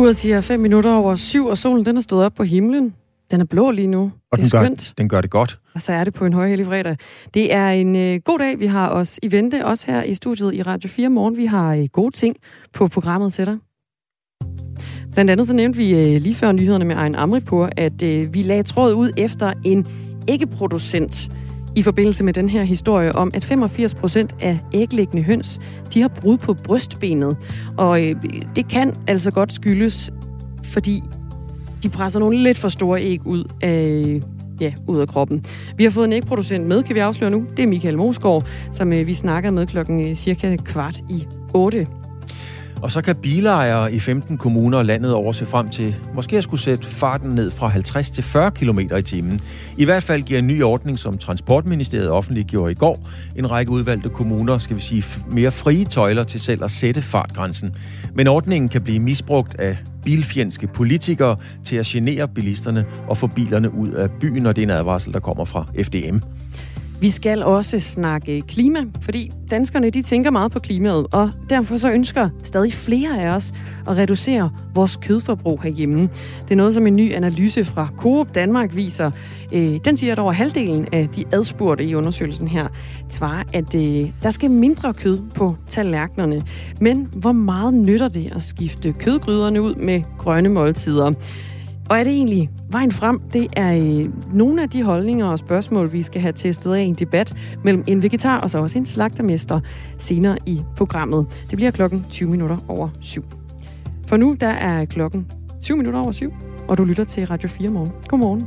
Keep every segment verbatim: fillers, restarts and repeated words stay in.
Uret siger fem minutter over syv, og solen den er stået op på himlen. Den er blå lige nu. Og det er den skønt. Gør, den gør det godt. Og så er det på en højhellig fredag. Det er en øh, god dag, vi har os i vente, også her i studiet i Radio fire Morgen. Vi har øh, gode ting på programmet til dig. Blandt andet så nævnte vi øh, lige før nyhederne med Ejn Amripur, at øh, vi lagde tråd ud efter en æggeproducent i forbindelse med den her historie om, at femogfirs procent af æglæggende høns, de har brud på brystbenet. Og øh, det kan altså godt skyldes, fordi de presser nogle lidt for store æg ud af, ja, ud af kroppen. Vi har fået en ægproducent med, kan vi afsløre nu. Det er Michael Mosgaard, som øh, vi snakker med klokken øh, cirka kvart i otte. Og så kan bilejere i femten kommuner landet over se frem til måske at skulle sætte farten ned fra halvtreds til fyrre kilometer i timen. I hvert fald giver en ny ordning, som Transportministeriet offentliggjorde i går, en række udvalgte kommuner, skal vi sige, mere frie tøjler til selv at sætte fartgrænsen. Men ordningen kan blive misbrugt af bilfjendske politikere til at genere bilisterne og få bilerne ud af byen, og det er en advarsel, der kommer fra F D M. Vi skal også snakke klima, fordi danskerne de tænker meget på klimaet, og derfor så ønsker stadig flere af os at reducere vores kødforbrug herhjemme. Det er noget, som en ny analyse fra Coop Danmark viser. Den siger, at over halvdelen af de adspurgte i undersøgelsen her svarer, at der skal mindre kød på tallerkenerne. Men hvor meget nytter det at skifte kødgryderne ud med grønne måltider? Og er det egentlig vejen frem? Det er øh, nogle af de holdninger og spørgsmål, vi skal have testet af en debat mellem en vegetar og så også en slagtermester senere i programmet. Det bliver klokken tyve minutter over syv. For nu, der er klokken syv minutter over syv, og du lytter til Radio fire Morgen. Godmorgen.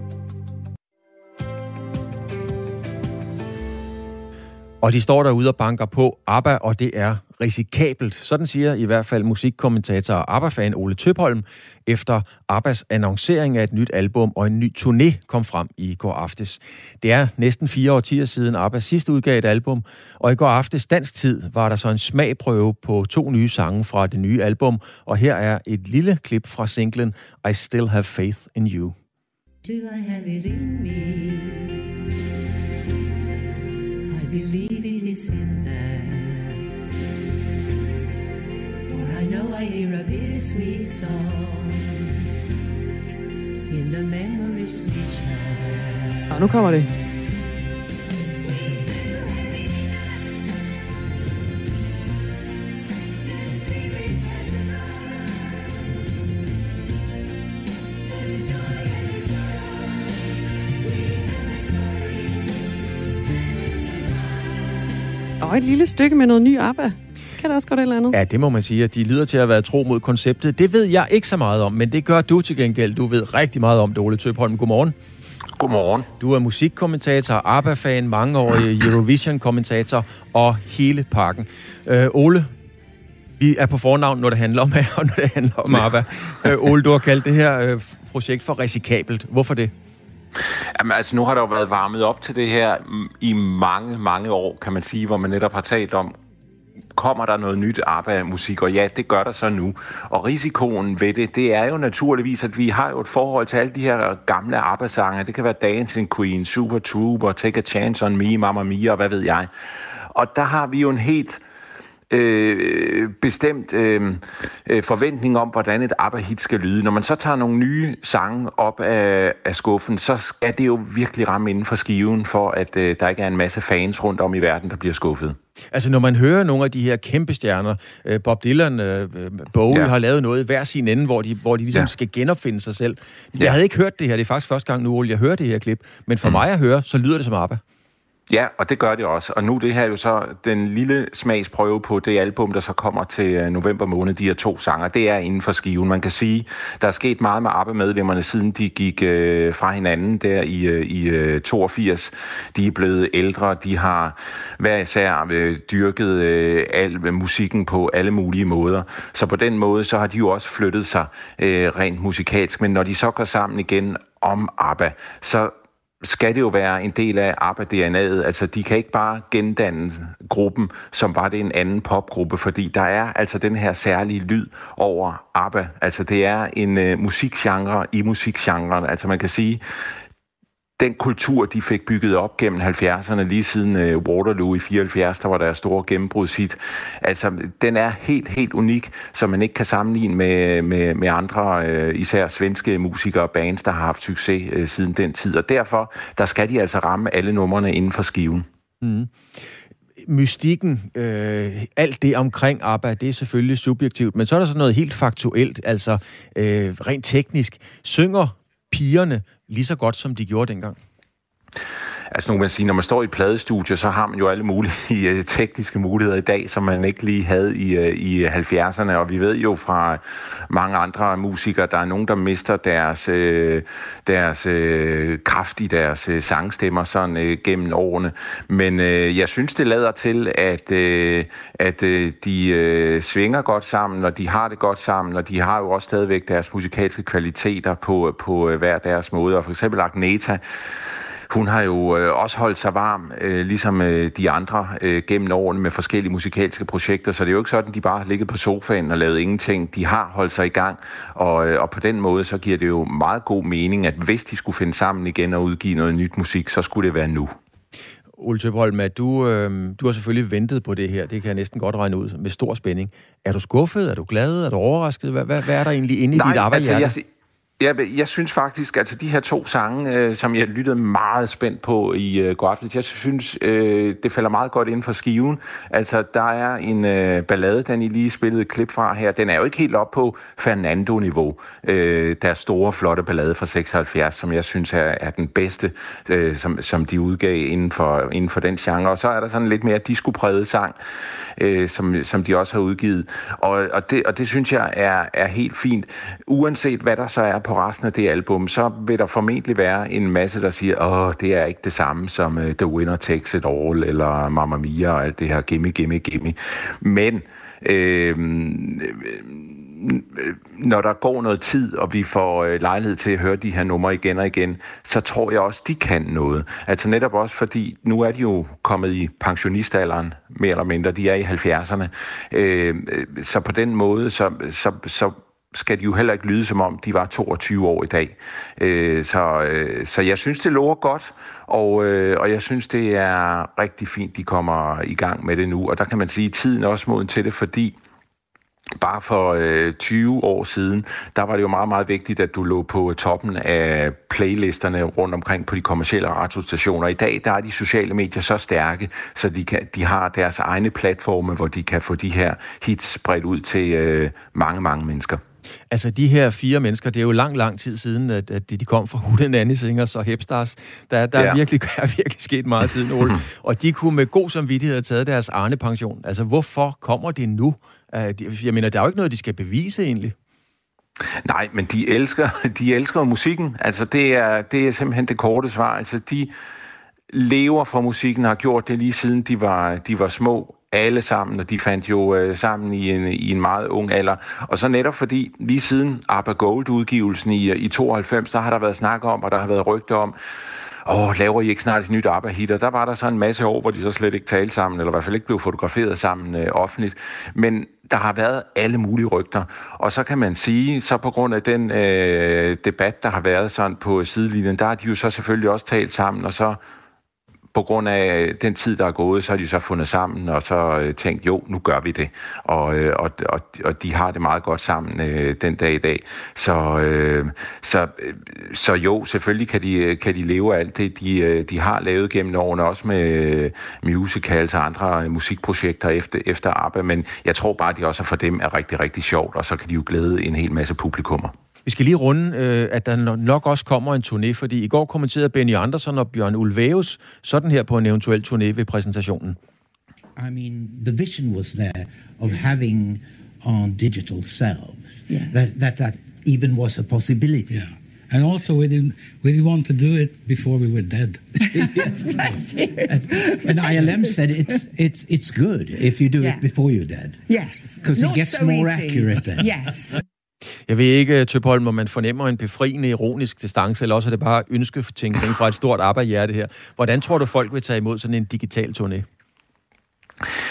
Og de står derude og banker på ABBA, og det er risikabelt. Sådan siger i hvert fald musikkommentator og ABBA-fan Ole Tøpholm, efter ABBAs annoncering af et nyt album og en ny turné kom frem i går aftes. Det er næsten fire årtier siden ABBA sidst udgav et album, og i går aftes dansk tid var der så en smagprøve på to nye sange fra det nye album, og her er et lille klip fra singlen I Still Have Faith in You. Do I have it in me? I believe it is in there. For I know I hear a bittersweet song in the memories we share. Og nu kommer det. Og et lille stykke med noget ny ABBA. Kan der også godt et eller andet? Ja, det må man sige, at de lyder til at være tro mod konceptet. Det ved jeg ikke så meget om, men det gør du til gengæld. Du ved rigtig meget om det, Ole Tøpholm. Godmorgen. Godmorgen. Du er musikkommentator, ABBA-fan, mangeårig Eurovision-kommentator og hele pakken. Øh, Ole, vi er på fornavn, når det handler om, og når det handler om ABBA. Øh, Ole, du har kaldt det her øh, projekt for risikabelt. Hvorfor det? Jamen, altså, nu har der jo været varmet op til det her i mange, mange år, kan man sige, hvor man netop har talt om, kommer der noget nyt ABBA-musik, og ja, det gør der så nu. Og risikoen ved det, det er jo naturligvis, at vi har jo et forhold til alle de her gamle ABBA-sange. Det kan være Dancing Queen, Super Trooper, Take a Chance on Me, Mamma Mia, og hvad ved jeg. Og der har vi jo en helt Øh, bestemt øh, øh, forventning om, hvordan et ABBA-hit skal lyde. Når man så tager nogle nye sange op af, af skuffen, så skal det jo virkelig ramme inden for skiven, for at øh, der ikke er en masse fans rundt om i verden, der bliver skuffet. Altså, når man hører nogle af de her kæmpe stjerner, øh, Bob Dylan, øh, Bowie ja. har lavet noget hver sin ende, hvor de, hvor de ligesom ja. skal genopfinde sig selv. Jeg ja. havde ikke hørt det her. Det er faktisk første gang nu, Ole, jeg hører det her klip. Men for mm. mig at høre, så lyder det som ABBA. Ja, og det gør det også. Og nu det her er jo så den lille smagsprøve på det album, der så kommer til november måned, de her to sanger. Det er inden for skiven. Man kan sige, der er sket meget med ABBA-medlemmerne, siden de gik øh, fra hinanden der i, øh, i øh, toogfirs. De er blevet ældre, de har hver især øh, dyrket øh, al musikken på alle mulige måder. Så på den måde, så har de jo også flyttet sig øh, rent musikalsk. Men når de så går sammen igen om ABBA, så skal det jo være en del af ABBA-D N A'et. Altså, de kan ikke bare gendanne gruppen, som var det en anden popgruppe, fordi der er altså den her særlige lyd over ABBA. Altså, det er en uh, musikgenre i musikgenren. Altså, man kan sige, den kultur, de fik bygget op gennem halvfjerdserne, lige siden øh, Waterloo i fireoghalvfjerds, der var der store gennembrudshit. Altså, den er helt, helt unik, som man ikke kan sammenligne med, med, med andre, øh, især svenske musikere og bands, der har haft succes øh, siden den tid. Og derfor, der skal de altså ramme alle numrene inden for skiven. Mm. Mystikken, øh, alt det omkring ABBA, det er selvfølgelig subjektivt, men så er der så noget helt faktuelt, altså øh, rent teknisk. Synger pigerne lige så godt, som de gjorde dengang? Altså nu kan man sige, når man står i et pladestudie, så har man jo alle mulige uh, tekniske muligheder i dag, som man ikke lige havde i, uh, i halvfjerdserne, og vi ved jo fra mange andre musikere, der er nogen, der mister deres, uh, deres uh, kraft i deres uh, sangstemmer sådan uh, gennem årene. Men uh, jeg synes, det lader til, at, uh, at uh, de uh, svinger godt sammen, og de har det godt sammen, og de har jo også stadigvæk deres musikalske kvaliteter på, på uh, hver deres måde. Og for eksempel Agnetha, hun har jo øh, også holdt sig varm, øh, ligesom øh, de andre øh, gennem årene med forskellige musikalske projekter, så det er jo ikke sådan, de bare har ligget på sofaen og lavet ingenting. De har holdt sig i gang, og, øh, og på den måde, så giver det jo meget god mening, at hvis de skulle finde sammen igen og udgive noget nyt musik, så skulle det være nu. Ole Tøpholm, at du, øh, du har selvfølgelig ventet på det her, det kan jeg næsten godt regne ud, med stor spænding. Er du skuffet? Er du glad? Er du overrasket? Hvad, hvad, hvad er der egentlig inde i Nej, dit arbejde? Altså, Jeg, jeg synes faktisk, at altså de her to sange, øh, som jeg lyttede meget spændt på i øh, går aftes, jeg synes, øh, det falder meget godt inden for skiven. Altså, der er en øh, ballade, den I lige spillede et klip fra her. Den er jo ikke helt op på Fernando-niveau. Øh, der er store, flotte ballade fra seksoghalvfjerds, som jeg synes er, er den bedste, øh, som, som de udgav inden for, inden for den genre. Og så er der sådan lidt mere disco-præget sang, øh, som, som de også har udgivet. Og, og, det, og det synes jeg er, er helt fint. Uanset hvad der så er på resten af det album, så vil der formentlig være en masse, der siger, åh, det er ikke det samme som uh, The Winner Takes It All, eller Mamma Mia, og alt det her, gimme, gimme, gimme. Men øh, når der går noget tid, og vi får øh, lejlighed til at høre de her numre igen og igen, så tror jeg også, de kan noget. Altså netop også, fordi nu er de jo kommet i pensionistalderen, mere eller mindre, de er i halvfjerdserne. Øh, så på den måde, så, så, så skal de jo heller ikke lyde, som om de var toogtyve år i dag. Øh, så, øh, så jeg synes, det lover godt, og, øh, og jeg synes, det er rigtig fint, de kommer i gang med det nu. Og der kan man sige, at tiden er også moden til det, fordi bare for øh, tyve år siden, der var det jo meget, meget vigtigt, at du lå på toppen af playlisterne rundt omkring på de kommercielle radiostationer. I dag, der er de sociale medier så stærke, så de, kan, de har deres egne platforme, hvor de kan få de her hits spredt ud til øh, mange, mange mennesker. Altså, de her fire mennesker, det er jo lang, lang tid siden, at, at de kom fra Who the Nanny Singers og Hepstars. Der, der ja. er, virkelig, er virkelig sket meget siden, Ole. Og de kunne med god samvittighed have taget deres Arne-pension. Altså, hvorfor kommer det nu? Jeg mener, der er jo ikke noget, de skal bevise egentlig. Nej, men de elsker, de elsker musikken. Altså, det er, det er simpelthen det korte svar. Altså, de lever for musikken, har gjort det lige siden de var, de var små. Alle sammen, og de fandt jo øh, sammen i en, i en meget ung alder. Og så netop fordi, lige siden ABBA Gold-udgivelsen i, i tooghalvfems, der har der været snak om, og der har været rygter om, åh, laver I ikke snart et nyt ABBA-hit? Og der var der så en masse år, hvor de så slet ikke talte sammen, eller i hvert fald ikke blev fotograferet sammen øh, offentligt. Men der har været alle mulige rygter. Og så kan man sige, så på grund af den øh, debat, der har været sådan på sidelinjen, der har de jo så selvfølgelig også talt sammen, og så på grund af den tid, der er gået, så har de så fundet sammen, og så øh, tænkt, jo, nu gør vi det. Og, øh, og, og, og de har det meget godt sammen øh, den dag i dag. Så, øh, så, øh, så jo, selvfølgelig kan de, kan de leve af alt det, de, øh, de har lavet gennem årene, også med øh, musicals og andre øh, musikprojekter efter, efter ABBA, men jeg tror bare, at de også for dem er rigtig, rigtig sjovt, og så kan de jo glæde en hel masse publikummer. Vi skal lige runde, øh, at der nok også kommer en turné, fordi i går kommenterede Benny Andersson og Bjørn Ulvaeus sådan her på en eventuel turné ved præsentationen. I mean, the vision was there of having our digital selves, yeah. that, that that even was a possibility. Yeah. And also we didn't, we didn't want to do it before we were dead. Yes. and, and I L M said it's, it's, it's good if you do yeah. it before you're dead. Yes. Because it gets so more easy. Accurate then. Yes. Jeg ved ikke, Tøpholm, om man fornemmer en befriende ironisk distance, eller også er det bare ønsketænkning fra et stort ABBA-hjerte her. Hvordan tror du, folk vil tage imod sådan en digital turné?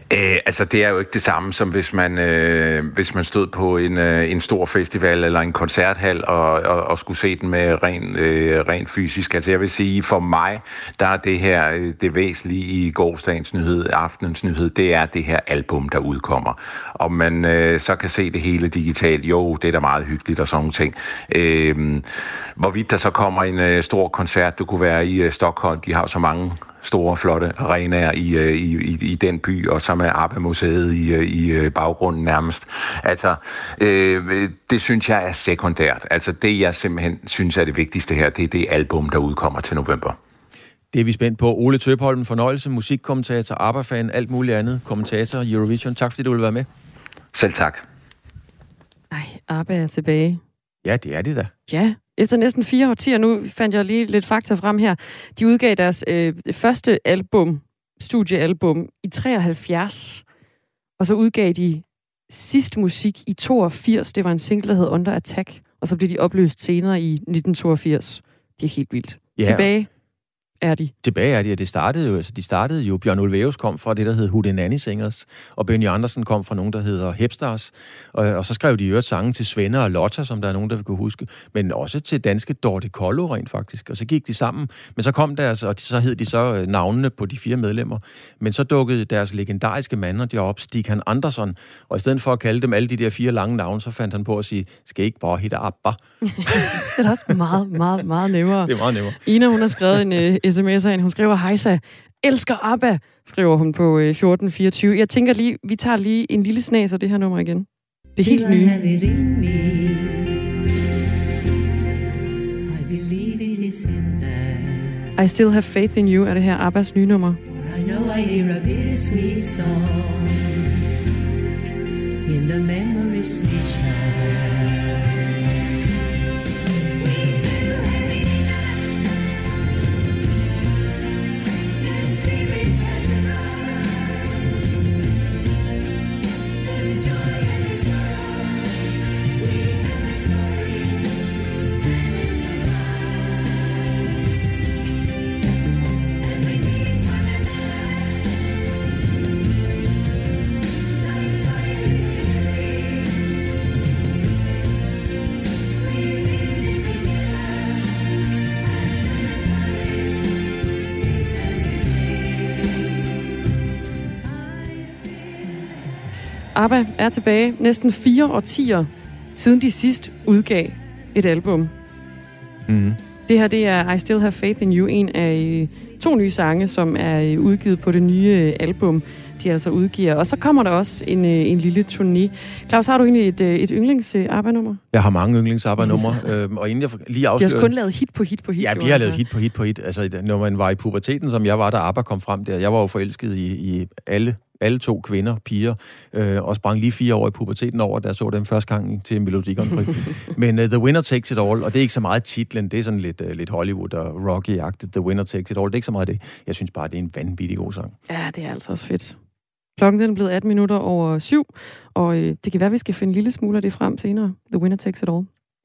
Æh, altså, det er jo ikke det samme, som hvis man, øh, hvis man stod på en, øh, en stor festival eller en koncerthal og, og, og skulle se den med ren, øh, ren fysisk. Altså, jeg vil sige, for mig, der er det her, øh, det væsentlige i gårsdagens nyhed, aftenens nyhed, det er det her album, der udkommer. Om man øh, så kan se det hele digitalt, jo, det er da meget hyggeligt og sådan nogle ting. Øh, hvorvidt der så kommer en øh, stor koncert, du kunne være i øh, Stockholm, de har jo så mange store, flotte arenaer i, i, i, i den by, og så med ABBA-museet i, i baggrunden nærmest. Altså, øh, det synes jeg er sekundært. Altså, det jeg simpelthen synes er det vigtigste her, det er det album, der udkommer til november. Det er vi spændt på. Ole Tøpholm, fornøjelse, musikkommentator, ABBA-fan, alt muligt andet, kommentator, Eurovision. Tak fordi du ville være med. Selv tak. Ej, ABBA er tilbage. Ja, det er det da. Ja, efter næsten fire årtier, nu fandt jeg lige lidt fakta frem her. De udgav deres øh, første album, studiealbum, i treoghalvfjerds. Og så udgav de sidst musik i toogfirs. Det var en single, der hed Under Attack. Og så blev de opløst senere i nitten toogfirs. Det er helt vildt. Ja. Tilbage er de. Tilbage er de, og det startede jo, altså de startede jo, Bjørn Ulvaeus kom fra det, der hed Hootenanny Singers, og Benny Andersen kom fra nogen, der hedder Hepstars, og, og så skrev de jo et sange til Svende og Lotta, som der er nogen, der vil kunne huske, men også til danske Dorte Kollo rent faktisk, og så gik de sammen, men så kom deres, og så hed de så navnene på de fire medlemmer, men så dukkede deres legendariske manager op, Stig Han Andersson, og i stedet for at kalde dem alle de der fire lange navne, så fandt han på at sige, skal I ikke bare hitte ABBA? Det er også meget, meget, meget nemmere. Det er meget nemmere. Ina, hun har skrevet en uh, sms'er ind. Hun skriver, hejsa, elsker ABBA, skriver hun på uh, fjorten fireogtyve. Jeg tænker lige, vi tager lige en lille snas af det her nummer igen. Det er helt nye. I Still Have Faith in You er det her ABBAs nye nummer. I know I hear a bittersweet song in the memories we share. ABBA er tilbage næsten fire årtier, siden de sidst udgav et album. Mm. Det her, det er I Still Have Faith in You, en af to nye sange, som er udgivet på det nye album, de altså udgiver. Og så kommer der også en, en lille turné. Claus, har du egentlig et, et yndlings-ABBA-nummer? Jeg har mange yndlings-ABBA-numre, øhm, og inden jeg lige afslører... De har kun lavet hit på hit på hit. Ja, de har altså lavet hit på hit på hit. Altså, når man var i puberteten, som jeg var, da ABBA kom frem der, jeg var jo forelsket i, i alle alle to kvinder, piger, øh, og sprang lige fire år i puberteten over, da jeg så dem første gang til Melodi Grand Prix. Men uh, The Winner Takes It All, og det er ikke så meget titlen, det er sådan lidt, uh, lidt Hollywood og Rocky-agtigt, The Winner Takes It All, det er ikke så meget det. Jeg synes bare, det er en vanvittig god sang. Ja, det er altså også fedt. Klokken den er blevet atten minutter over syv, og øh, det kan være, at vi skal finde en lille smule af det frem senere. The Winner Takes It All.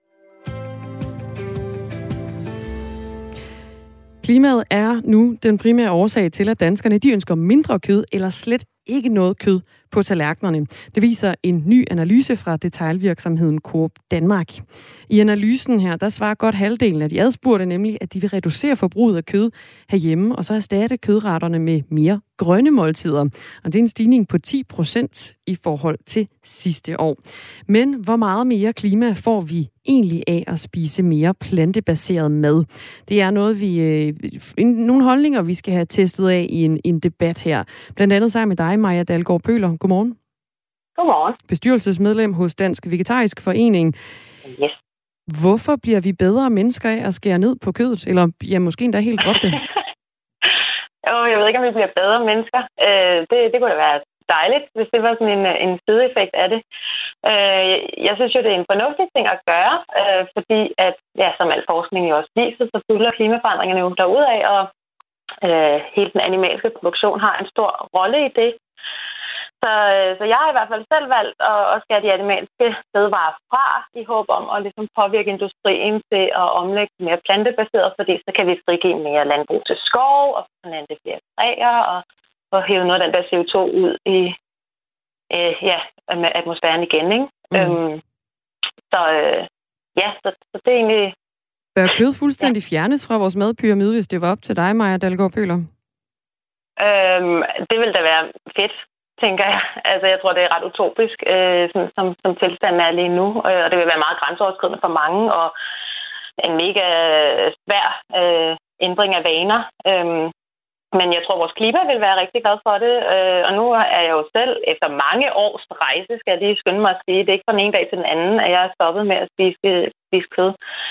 Klimaet er nu den primære årsag til, at danskerne de ønsker mindre kød eller slet ikke noget kød på tallerkenerne. Det viser en ny analyse fra detailvirksomheden Coop Danmark. I analysen her, der svarer godt halvdelen af de adspurgte nemlig, at de vil reducere forbruget af kød herhjemme, og så erstatte kødretterne med mere grønne måltider. Og det er en stigning på ti procent i forhold til sidste år. Men hvor meget mere klima får vi egentlig af at spise mere plantebaseret mad? Det er noget, vi øh, nogle holdninger, vi skal have testet af i en, en debat her. Blandt andet sammen med dig, Maja Dalgaard Pøler. Godmorgen. Godmorgen. Bestyrelsesmedlem hos Dansk Vegetarisk Forening. Yes. Hvorfor bliver vi bedre mennesker af at skære ned på kødet? Eller ja, måske endda helt droppe det? Jo, jeg ved ikke, om vi bliver bedre mennesker. Øh, det, det kunne da være dejligt, hvis det var sådan en, en sideeffekt af det. Øh, jeg synes jo, det er en fornuftig ting at gøre, øh, fordi at, ja, som al forskning jo også viser, så fylder klimaforandringerne jo derudad, og øh, hele den animalske produktion har en stor rolle i det. Så, så jeg har i hvert fald selv valgt at, at skære de animalske fødevarer fra, i håb om at ligesom påvirke industrien til at omlægge mere plantebaseret, fordi så kan vi frigive mere landbrug til skov og plante flere træer og at hæve noget af den der C O to ud i øh, ja, atmosfæren igen, ikke? Mm. Øhm, så øh, ja, så, så det er egentlig... Bør kød fuldstændig ja. fjernes fra vores madpyramide, hvis det var op til dig, Maja Dalgaard Pøler? Øhm, det ville da være fedt, tænker jeg. Altså, jeg tror, det er ret utopisk, øh, som, som, som tilstanden er lige nu. Øh, og det vil være meget grænseoverskridende for mange, og en mega svær øh, ændring af vaner. Øhm, men jeg tror, vores klima vil være rigtig glad for det. Øh, og nu er jeg jo selv, efter mange års rejse, skal jeg lige skynde mig at sige, det er ikke fra den ene dag til den anden, at jeg er stoppet med at spise, spise kød.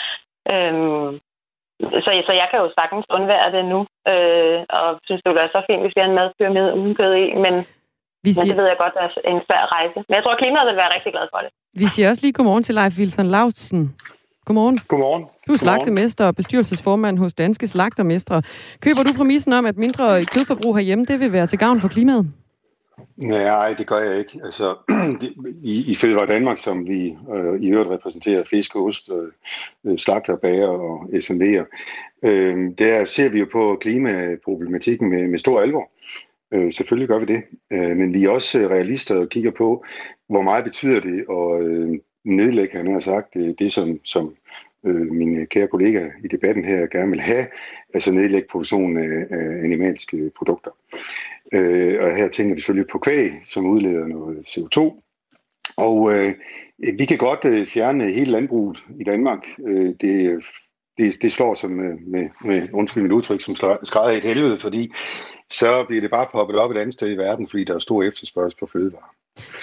Øhm, så, så jeg kan jo sagtens undvære det nu, øh, og synes, det ville være så fint, hvis vi har en madpyramide uden kød i, men, vi siger... men det ved jeg godt er en svær rejse. Men jeg tror, at klimaet vil være rigtig glad for det. Vi siger også lige godmorgen til Leif Wilson Laustsen. Godmorgen. Godmorgen. Du er slagtermester og bestyrelsesformand hos Danske Slagtermestre. Køber du præmissen om, at mindre kødforbrug herhjemme, det vil være til gavn for klimaet? Nej, det gør jeg ikke. Altså, i, i Fødevare Danmark, som vi øh, i øvrigt repræsenterer fisk og ost, øh, slagter, bager og S M V'er, øh, der ser vi jo på klimaproblematikken med, med stor alvor. Øh, selvfølgelig gør vi det. Øh, men vi er også realister og kigger på, hvor meget betyder det at øh, nedlægge, han har sagt, det, det som, som øh, mine kære kollegaer i debatten her gerne vil have, altså nedlægge produktionen af, af animalske produkter. Øh, og her tænker vi selvfølgelig på kvæg, som udleder noget C O to. Og øh, vi kan godt øh, fjerne hele landbruget i Danmark. Øh, det, det, det slår som med, med, med undskyld mit udtryk, som skrædder i et helvede, fordi så bliver det bare poppet op et andet sted i verden, fordi der er stor efterspørgsel på fødevarer.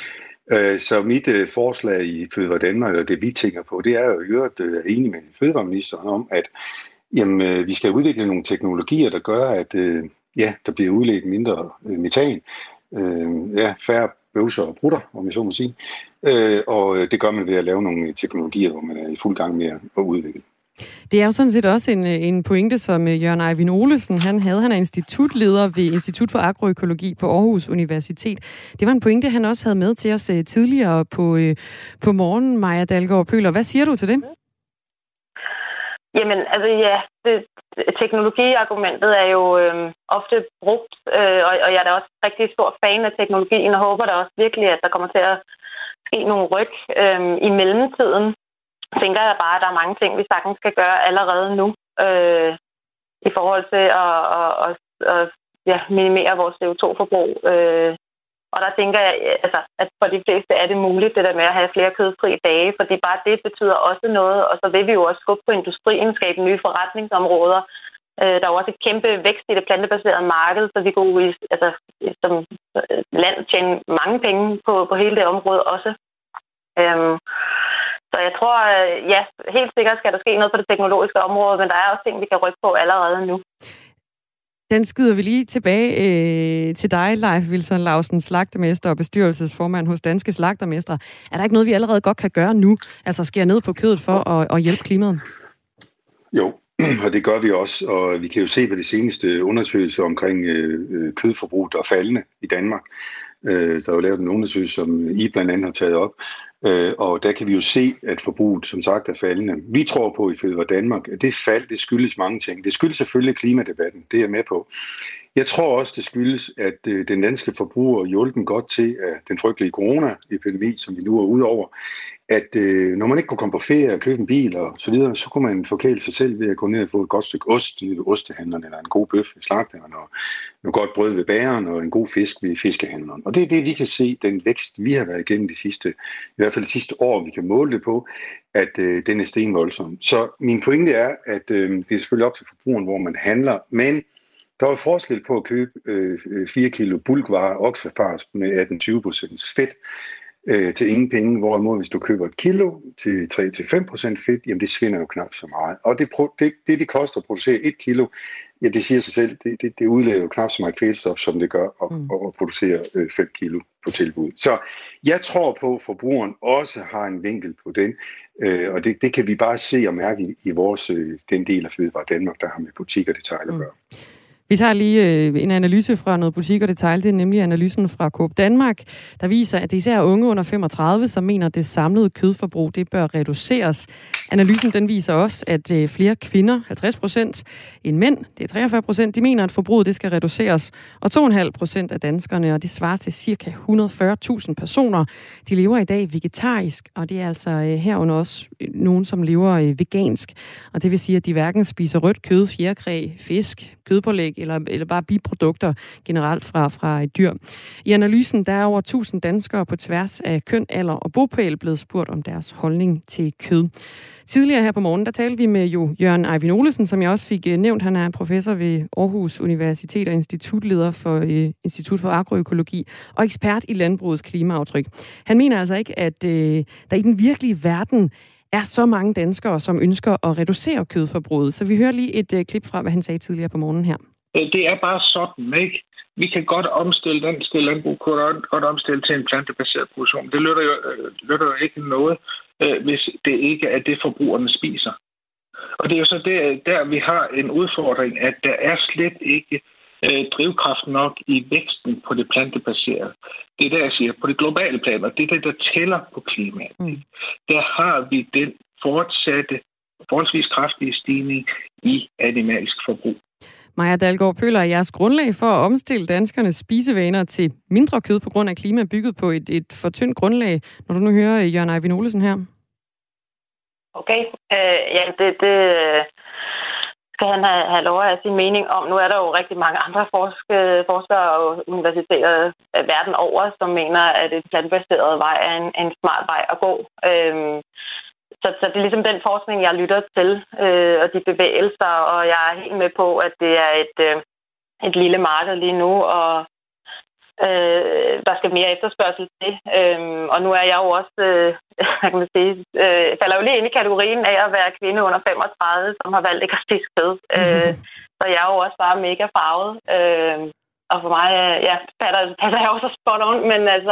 Øh, så mit øh, forslag i Fødevare Danmark, eller det vi tænker på, det er jo i øvrigt øh, enig med fødevareministeren om, at jamen, øh, vi skal udvikle nogle teknologier, der gør, at øh, ja, der bliver udledt mindre øh, metan, øh, ja, færre bøvser og brutter, om jeg så må sige. Øh, og det gør man ved at lave nogle teknologier, hvor man er i fuld gang med at udvikle. Det er jo sådan set også en, en pointe, som Jørgen Eivind Olesen han havde. Han er institutleder ved Institut for Agroøkologi på Aarhus Universitet. Det var en pointe, han også havde med til os tidligere på, på morgen, Maja Dalgaard Pøler. Hvad siger du til det? Jamen, altså ja, det, teknologiargumentet er jo øh, ofte brugt, øh, og, og jeg er da også rigtig stor fan af teknologien, og håber da også virkelig, at der kommer til at ske nogle ryk øh, i mellemtiden. Tænker jeg bare, at der er mange ting, vi sagtens skal gøre allerede nu, øh, i forhold til at, at, at, at ja, minimere vores C O to forbrug. Øh, og der tænker jeg, altså, at for de fleste er det muligt, det der med at have flere kødfri dage, fordi bare det betyder også noget, og så vil vi jo også skubbe på industrien, skabe nye forretningsområder. Øh, der er jo også et kæmpe vækst i det plantebaserede marked, så vi kunne altså, som land tjene mange penge på, på hele det område også. Øh, Så jeg tror, ja, helt sikkert skal der ske noget på det teknologiske område, men der er også ting, vi kan rykke på allerede nu. Den skyder vi lige tilbage øh, til dig, Leif Wilson Laustsen, slagtermester og bestyrelsesformand hos Danske Slagtermestre. Er der ikke noget, vi allerede godt kan gøre nu? Altså skære ned på kødet for at, at hjælpe klimaet? Jo, og det gør vi også, og vi kan jo se på de seneste undersøgelser omkring øh, kødforbrug, der er faldende i Danmark. Øh, der er jo lavet en undersøgelse, som I blandt andet har taget op, øh, og der kan vi jo se, at forbruget som sagt er faldende. Vi tror på i Fødevare Danmark, at det fald, det skyldes mange ting. Det skyldes selvfølgelig klimadebatten, det er jeg med på. Jeg tror også, det skyldes, at øh, den danske forbruger hjulpet godt til at den frygtelige coronaepidemi, som vi nu er ude over, at øh, når man ikke kunne komme på ferie og købe en bil og så videre, så kunne man forkæle sig selv ved at gå ned og få et godt stykke ost ved ostehandleren, eller en god bøf ved slagteren, og noget godt brød ved bageren, og en god fisk ved fiskehandleren. Og det er det, vi kan se, den vækst, vi har været igennem de sidste, i hvert fald de sidste år, vi kan måle det på, at øh, den er stenvoldsom. Så min pointe er, at øh, det er selvfølgelig op til forbrugeren, hvor man handler, men der er forskel på at købe øh, fire kilo bulkvarer oksefars med atten til tyve procent fedt, til ingen penge, hvorimod hvis du køber et kilo til tre til fem procent fedt, jamen det svinder jo knap så meget. Og det, det, det, det koster at producere et kilo, ja det siger sig selv, det, det, det udleder jo knap så meget kvælstof, som det gør at, mm. at producere fem kilo på tilbud. Så jeg tror på, at forbrugeren også har en vinkel på den, og det, det kan vi bare se og mærke i, i vores, den del af Fødevare Danmark, der har med butik og detail at gøre. Vi tager lige øh, en analyse fra noget butik og detail, det er nemlig analysen fra Coop Danmark, der viser, at det især er unge under femogtredive, som mener, at det samlede kødforbrug det bør reduceres. Analysen den viser også, at øh, flere kvinder, halvtreds procent, end mænd, det er treogfyrre procent, de mener, at forbruget det skal reduceres. Og to komma fem procent af danskerne, og det svarer til ca. et hundrede og fyrre tusind personer, de lever i dag vegetarisk, og det er altså øh, herunder også nogen, som lever øh, vegansk. Og det vil sige, at de hverken spiser rødt kød, fjerkræ, fisk, kødpålæg, eller, eller bare biprodukter generelt fra, fra et dyr. I analysen der er over tusind danskere på tværs af køn, alder og bopæl blevet spurgt om deres holdning til kød. Tidligere her på morgen, der talte vi med jo Jørgen Ejvind Olesen, som jeg også fik nævnt. Han er professor ved Aarhus Universitet og institutleder for uh, Institut for Agroøkologi og ekspert i landbrugets klimaaftryk. Han mener altså ikke, at uh, der i den virkelige verden er så mange danskere, som ønsker at reducere kødforbruget. Så vi hører lige et uh, klip fra, hvad han sagde tidligere på morgenen her. Det er bare sådan, ikke? Vi kan godt omstille den til landbrug, kan godt omstille til en plantebaseret produktion. Det løtter jo, løtter jo ikke noget, øh, hvis det ikke er det, forbrugerne spiser. Og det er jo så der, der vi har en udfordring, at der er slet ikke øh, drivkraft nok i væksten på det plantebaserede. Det er der, jeg siger, på det globale plan, og det er det, der tæller på klimaet. Mm. Der har vi den fortsatte, forholdsvis kraftige stigning i animalsk forbrug. Maja Dalgaard Pøller, er jeres grundlag for at omstille danskernes spisevaner til mindre kød på grund af klima bygget på et, et for tyndt grundlag, når du nu hører Jørgen Ejvind Olesen her? Okay, øh, ja, det, det skal han have, have lov at sige mening om. Nu er der jo rigtig mange andre forske, forskere og universiteter verden over, som mener, at et plantebaseret vej er en, en smart vej at gå. Øh, Så, så det er ligesom den forskning, jeg lytter til, øh, og de bevægelser, og jeg er helt med på, at det er et, øh, et lille marked lige nu, og øh, der skal mere efterspørgsel til. Øh, og nu er jeg jo også, øh, hvad kan man sige, øh, falder jo lige ind i kategorien af at være kvinde under femogtredive, som har valgt ikke at spise kød. Øh, så jeg er jo også bare mega farvet. Øh, og for mig, ja, passer, passer jeg også spot on, men altså...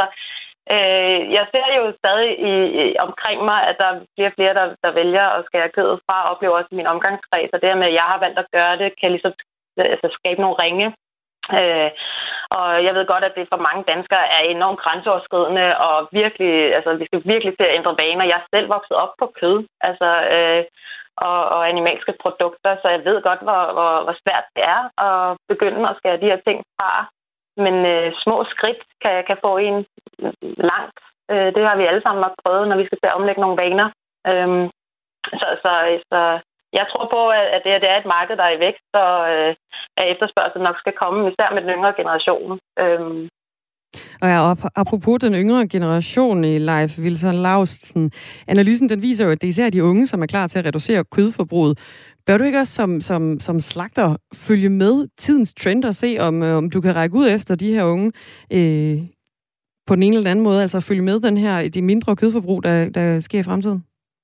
Jeg ser jo stadig i, i, omkring mig, at der bliver flere, der, der vælger at skære kødet fra, og oplever også min omgangskreds, og det med, at jeg har valgt at gøre det, kan ligesom altså, skabe nogle ringe. Øh, og jeg ved godt, at det for mange danskere er enormt grænseoverskridende, og virkelig, altså, vi skal virkelig til at ændre vaner. Jeg er selv vokset op på kød, altså, øh, og, og animalske produkter, så jeg ved godt, hvor, hvor, hvor svært det er at begynde at skære de her ting fra. Men øh, små skridt kan, kan få en langt. Øh, det har vi alle sammen nok prøvet, når vi skal til at omlægge nogle vaner. Øhm, så, så, så jeg tror på, at det, det er et marked, der er i vækst, og øh, at efterspørgsel nok skal komme, især med den yngre generation. Øhm. Og ja, apropos den yngre generation, Leif Wilson Laustsen, analysen den viser jo, at det er især de unge, som er klar til at reducere kødforbruget. Bør du ikke også som, som, som slagter følge med tidens trend og se, om, om du kan række ud efter de her unge øh, på den ene eller anden måde, altså følge med den her, de mindre kødforbrug, der, der sker i fremtiden?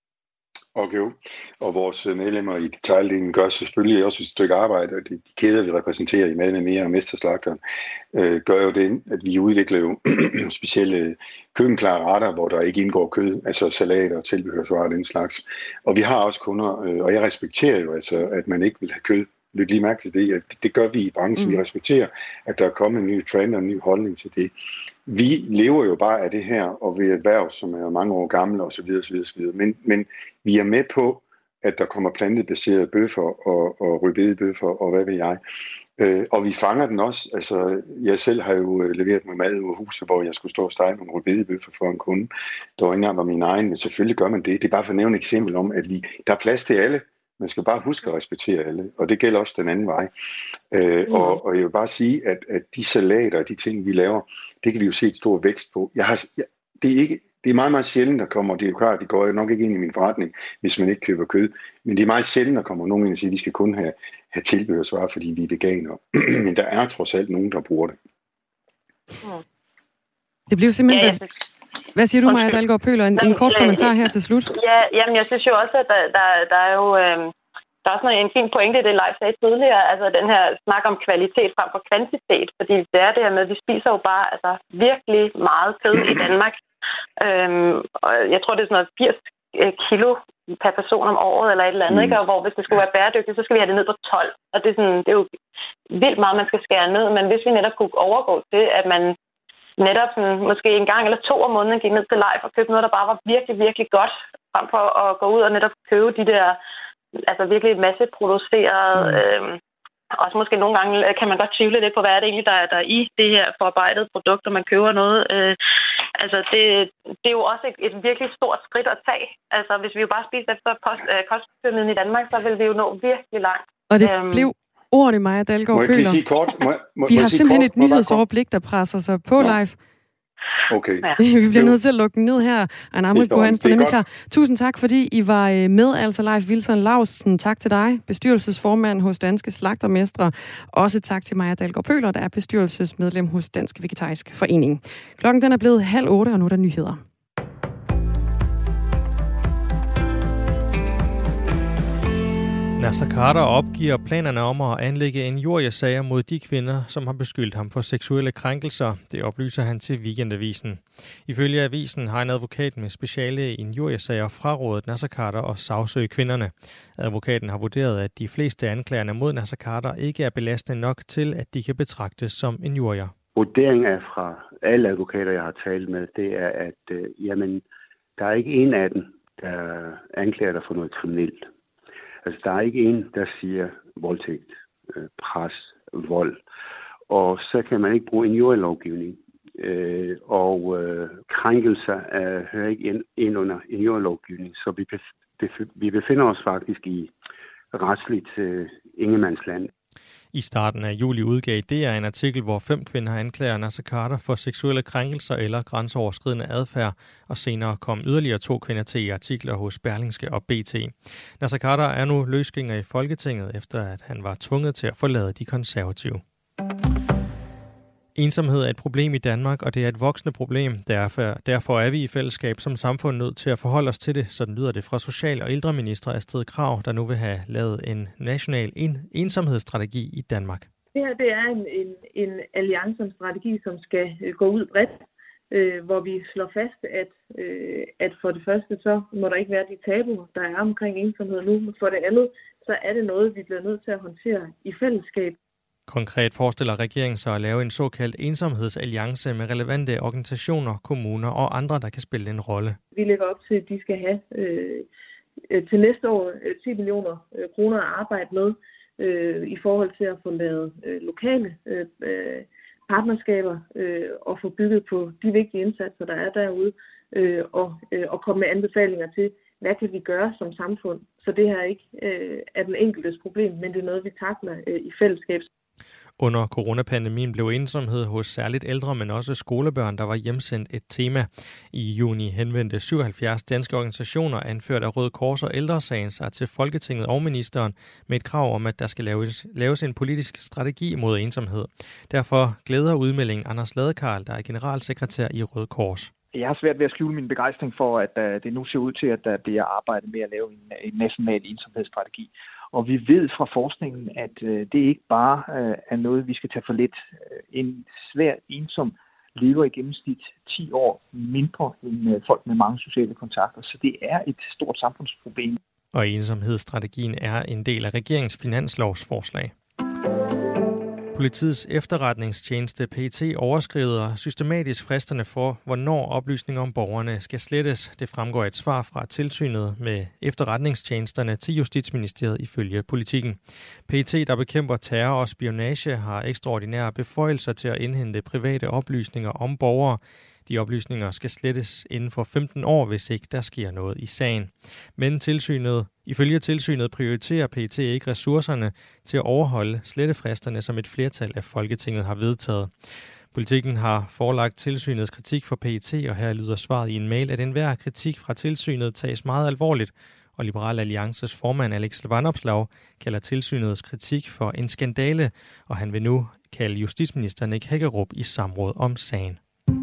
Okay, og vores medlemmer i detaildelen gør selvfølgelig også et stykke arbejde, og de kæder, vi repræsenterer i Mad med mere og Mesterslagteren, øh, gør jo det, at vi udvikler jo specielle køkkenklare retter, hvor der ikke indgår kød, altså salater og tilbehørsvarer og den slags. Og vi har også kunder, øh, og jeg respekterer jo altså, at man ikke vil have kød. Lyt lige mærke til det, at det gør vi i branchen. Mm. Vi respekterer, at der er kommet en ny trend og en ny holdning til det. Vi lever jo bare af det her, og ved et erhverv, som er mange år gamle osv. osv., osv. Men, men vi er med på, at der kommer plantebaserede bøffer og, og rødbedebøffer og hvad ved jeg. Øh, og vi fanger den også. Altså, jeg selv har jo leveret mig mad ud af huset, hvor jeg skulle stå og stege nogle rødbedebøffer for en kunde. Der var ikke engang var min egen, men selvfølgelig gør man det. Det er bare for at nævne et eksempel om, at vi, der er plads til alle. Man skal bare huske at respektere alle, og det gælder også den anden vej. Øh, mm. og, og jeg vil bare sige, at, at de salater og de ting, vi laver, det kan vi jo se et stort vækst på. Jeg har, jeg, det, er ikke, det er meget, meget sjældent, der kommer, det er jo klart, det går jo nok ikke ind i min forretning, hvis man ikke køber kød, men det er meget sjældent, der kommer nogen ind og siger, at vi skal kun have, have tilbehørsvarer, fordi vi er veganere. Men der er trods alt nogen, der bruger det. Mm. Det bliver simpelthen... Ja, Hvad siger du, Maja Dalgaard Pøller? En, en kort kommentar her til slut. Ja, jamen, jeg synes jo også, at der, der, der er jo øh, der er også noget, en fin pointe i det, Leif sagde tidligere, altså den her snak om kvalitet frem for kvantitet, fordi det er det her med, at vi spiser jo bare altså, virkelig meget kød i Danmark. Øhm, og jeg tror, det er sådan noget firs kilo per person om året eller et eller andet, mm. ikke? Og hvor hvis det skulle være bæredygtigt, så skal vi have det ned på tolv. Og det er, sådan, det er jo vildt meget, man skal skære ned, men hvis vi netop kunne overgå til, at man netop sådan, måske en gang eller to om måneden gik ned til Leif og købte noget, der bare var virkelig, virkelig godt, frem for at gå ud og netop købe de der altså virkelig masseproducerede mm. øhm, også måske nogle gange kan man godt tvivle lidt på, hvad er det egentlig, der er, der er i det her forarbejdede produkt, og man køber noget. Øh, altså, det, det er jo også et, et virkelig stort skridt at tage. Altså, hvis vi jo bare spiste efter post, øh, kostpyramiden i Danmark, så vil vi jo nå virkelig langt. Og det øhm, blev ordene, Maja Dalgaard Pøler. Må jeg sige kort? Må, må, vi må har simpelthen et nyhedsoverblik, der presser sig på ja. live. Okay. Vi bliver nødt til at lukke den ned her. Anna Amribo Hansen, nemlig klar. Tusind tak, fordi I var med, altså Leif Wilson Lausten. Tak til dig, bestyrelsesformand hos Danske Slagtermestre. Også tak til Maja Dalgaard Pøler, der er bestyrelsesmedlem hos Dansk Vegetarisk Forening. Klokken den er blevet halv otte, og nu er der nyheder. Naser Khader opgiver planerne om at anlægge injuriesager mod de kvinder, som har beskyldt ham for seksuelle krænkelser. Det oplyser han til Weekendavisen. Ifølge avisen har en advokat med speciale i injuriesager frarådet Naser Khader og sagsøge kvinderne. Advokaten har vurderet, at de fleste anklagerne mod Naser Khader ikke er belastende nok til, at de kan betragtes som injurier. Vurderingen er fra alle advokater, jeg har talt med, det er, at øh, jamen, der er ikke en af dem, der anklager dig for noget kriminelt. Altså, der er ikke en, der siger voldtægt, øh, pres, vold. Og så kan man ikke bruge injurielovgivning. Øh, og øh, krænkelser øh, hører ikke ind, ind under injurielovgivning. Så vi, bef- vi befinder os faktisk i retsligt øh, ingemandsland. I starten af juli udgav D R en artikel, hvor fem kvinder anklager Naser Khader for seksuelle krænkelser eller grænseoverskridende adfærd, og senere kom yderligere to kvinder til i artikler hos Berlingske og B T. Naser Khader er nu løsgænger i Folketinget, efter at han var tvunget til at forlade de konservative. Ensomhed er et problem i Danmark, og det er et voksende problem. Derfor, derfor er vi i fællesskab som samfund nødt til at forholde os til det, sådan lyder det fra Social- og Ældreminister Astrid Krag, der nu vil have lavet en national en- ensomhedsstrategi i Danmark. Det her det er en, en, en alliance, en strategi, som skal gå ud bredt, øh, hvor vi slår fast, at, øh, at for det første så må der ikke være de tabuer, der er omkring ensomhed nu, men for det andet så er det noget, vi bliver nødt til at håndtere i fællesskab. Konkret forestiller regeringen sig at lave en såkaldt ensomhedsalliance med relevante organisationer, kommuner og andre, der kan spille en rolle. Vi lægger op til, at de skal have øh, til næste år ti millioner kroner at arbejde med øh, i forhold til at få lavet øh, lokale øh, partnerskaber øh, og få bygget på de vigtige indsatser, der er derude, øh, og, øh, og komme med anbefalinger til, hvad kan vi gøre som samfund, så det her ikke øh, er den enkeltes problem, men det er noget, vi takler øh, i fællesskab. Under coronapandemien blev ensomhed hos særligt ældre, men også skolebørn, der var hjemsendt et tema. I juni henvendte syvoghalvfjerds danske organisationer, anført af Røde Kors og Ældresagen, sig til Folketinget og ministeren med et krav om, at der skal laves, laves en politisk strategi mod ensomhed. Derfor glæder udmeldingen Anders Ladekarl, der er generalsekretær i Røde Kors. Jeg har svært ved at skjule min begejstring for, at uh, det nu ser ud til, at der bliver arbejdet med at lave en, en national ensomhedsstrategi. Og vi ved fra forskningen, at uh, det ikke bare uh, er noget, vi skal tage for lidt. Uh, en svær ensom lever i gennemsnit ti år mindre end uh, folk med mange sociale kontakter. Så det er et stort samfundsproblem. Og ensomhedsstrategien er en del af regeringens finanslovsforslag. Politiets efterretningstjeneste P E T overskrider systematisk fristerne for, hvornår oplysninger om borgerne skal slettes. Det fremgår et svar fra tilsynet med efterretningstjenesterne til Justitsministeriet ifølge Politikken. P E T, der bekæmper terror og spionage, har ekstraordinære beføjelser til at indhente private oplysninger om borgere. De oplysninger skal slettes inden for femten år, hvis ikke der sker noget i sagen. Men tilsynet, ifølge tilsynet prioriterer P E T ikke ressourcerne til at overholde slettefristerne, som et flertal af Folketinget har vedtaget. Politikken har forelagt tilsynets kritik for P E T, og her lyder svaret i en mail, at enhver kritik fra tilsynet tages meget alvorligt, og Liberal Alliances formand Alex Vanopslagh kalder tilsynets kritik for en skandale, og han vil nu kalde justitsminister Nick Hækkerup i samråd om sagen.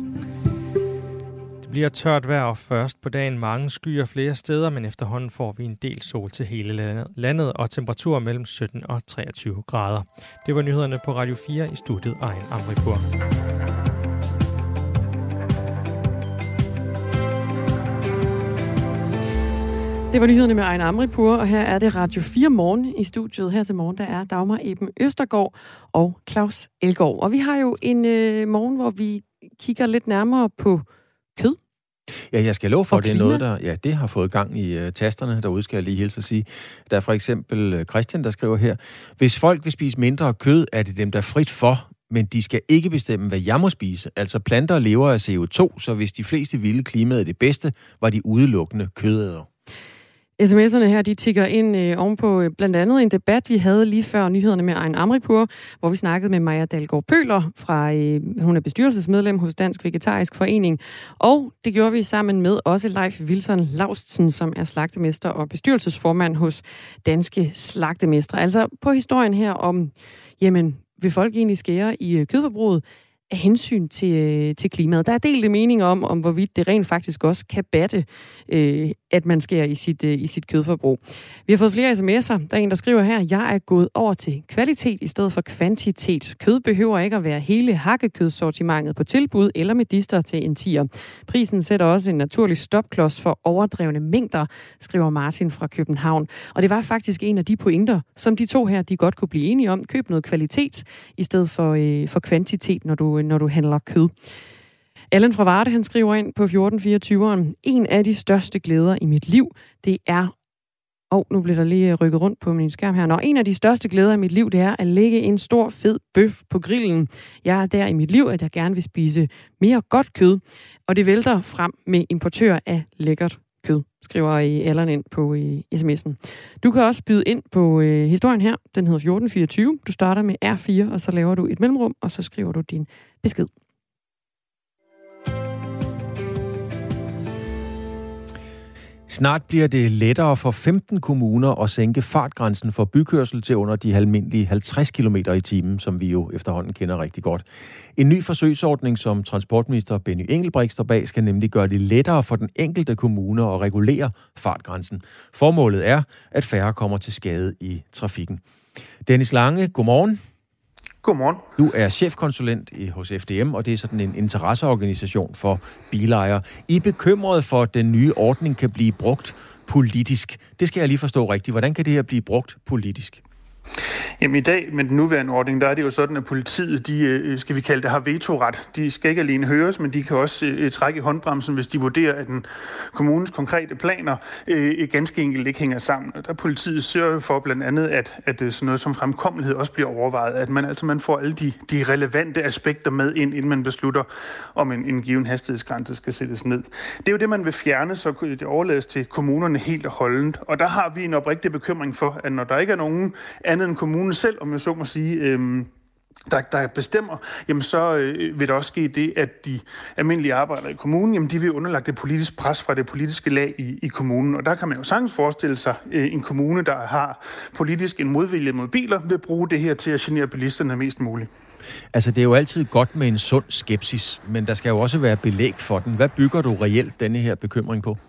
Det bliver tørt vejr og først på dagen mange skyer flere steder, men efterhånden får vi en del sol til hele landet og temperaturer mellem sytten og treogtyve grader. Det var nyhederne på Radio fire i studiet Ejn Amripur. Det var nyhederne med Ejner Amripur, og her er det Radio fire Morgen i studiet. Her til morgen, der er Dagmar Eben Østergaard og Claus Elgaard. Og vi har jo en øh, morgen, hvor vi kigger lidt nærmere på kød. Ja, jeg skal love for, Og det er klima. noget, der ja, det har fået gang i uh, tasterne. Derude skal jeg lige hilse at sige. Der er for eksempel uh, Christian, der skriver her: Hvis folk vil spise mindre kød, er det dem, der er frit for, men de skal ikke bestemme, hvad jeg må spise. Altså planter lever af C O to, så hvis de fleste ville klimaet det bedste, var de udelukkende kødædere. sms'erne her, de tikker ind øh, ovenpå øh, blandt andet en debat, vi havde lige før nyhederne med Ejner Amripur, hvor vi snakkede med Maja Dalgaard Pøler, fra, øh, hun er bestyrelsesmedlem hos Dansk Vegetarisk Forening, og det gjorde vi sammen med også Leif Wilson Laustsen, som er slagtemester og bestyrelsesformand hos Danske Slagtemestre. Altså på historien her om, jamen, vil folk egentlig skære i øh, kødforbruget af hensyn til, øh, til klimaet. Der er delte meninger om, om hvorvidt det rent faktisk også kan batte, øh, at man skærer i sit, øh, i sit kødforbrug. Vi har fået flere sms'er. Der er en, der skriver her: Jeg er gået over til kvalitet i stedet for kvantitet. Kød behøver ikke at være hele hakkekødsortimentet på tilbud eller med dister til en tier. Prisen sætter også en naturlig stopklods for overdrevne mængder, skriver Martin fra København. Og det var faktisk en af de pointer, som de to her, de godt kunne blive enige om. Køb noget kvalitet i stedet for, øh, for kvantitet, når du når du handler kød. Allen fra Varde, han skriver ind på fjorten fireogtyve: En af de største glæder i mit liv, det er... Åh, oh, nu bliver der lige rykket rundt på min skærm her. Nå, en af de største glæder i mit liv, det er at lægge en stor, fed bøf på grillen. Jeg er der i mit liv, at jeg gerne vil spise mere godt kød, og det vælter frem med importør af lækkert kød, skriver Allen ind på i sms'en. Du kan også byde ind på øh, historien her. Den hedder fjorten fireogtyve. Du starter med R fire, og så laver du et mellemrum, og så skriver du din besked. Snart bliver det lettere for femten kommuner at sænke fartgrænsen for bykørsel til under de almindelige halvtreds kilometer i timen, som vi jo efterhånden kender rigtig godt. En ny forsøgsordning, som transportminister Benny Engelbrecht står bag, skal nemlig gøre det lettere for den enkelte kommune at regulere fartgrænsen. Formålet er, at færre kommer til skade i trafikken. Dennis Lange, godmorgen. Godmorgen. Du er chefkonsulent hos F D M, og det er sådan en interesseorganisation for bilejere. I er bekymret for, at den nye ordning kan blive brugt politisk. Det skal jeg lige forstå rigtigt. Hvordan kan det her blive brugt politisk? Jamen i dag med den nuværende ordning, der er det jo sådan, at politiet, de, skal vi kalde det, har vetoret. De skal ikke alene høres, men de kan også uh, trække i håndbremsen, hvis de vurderer, at den kommunens konkrete planer uh, ganske enkelt ikke hænger sammen. Og der politiet sørger for blandt andet, at, at sådan noget som fremkommelighed også bliver overvejet. At man altså man får alle de, de relevante aspekter med ind, inden man beslutter, om en, en given hastighedsgrænse skal sættes ned. Det er jo det, man vil fjerne, så det overlades til kommunerne helt og holdent. Og der har vi en oprigtig bekymring for, at når der ikke er nogen andet end kommunen selv, om jeg så må sige, øhm, der, der bestemmer, jamen så øh, vil der også ske det, at de almindelige arbejdere i kommunen, jamen de vil underlagt det politisk pres fra det politiske lag i, i kommunen. Og der kan man jo sagtens forestille sig, øh, en kommune, der har politisk en modvilje mod biler, vil bruge det her til at genere bilisterne mest muligt. Altså, det er jo altid godt med en sund skepsis, men der skal jo også være belæg for den. Hvad bygger du reelt denne her bekymring på?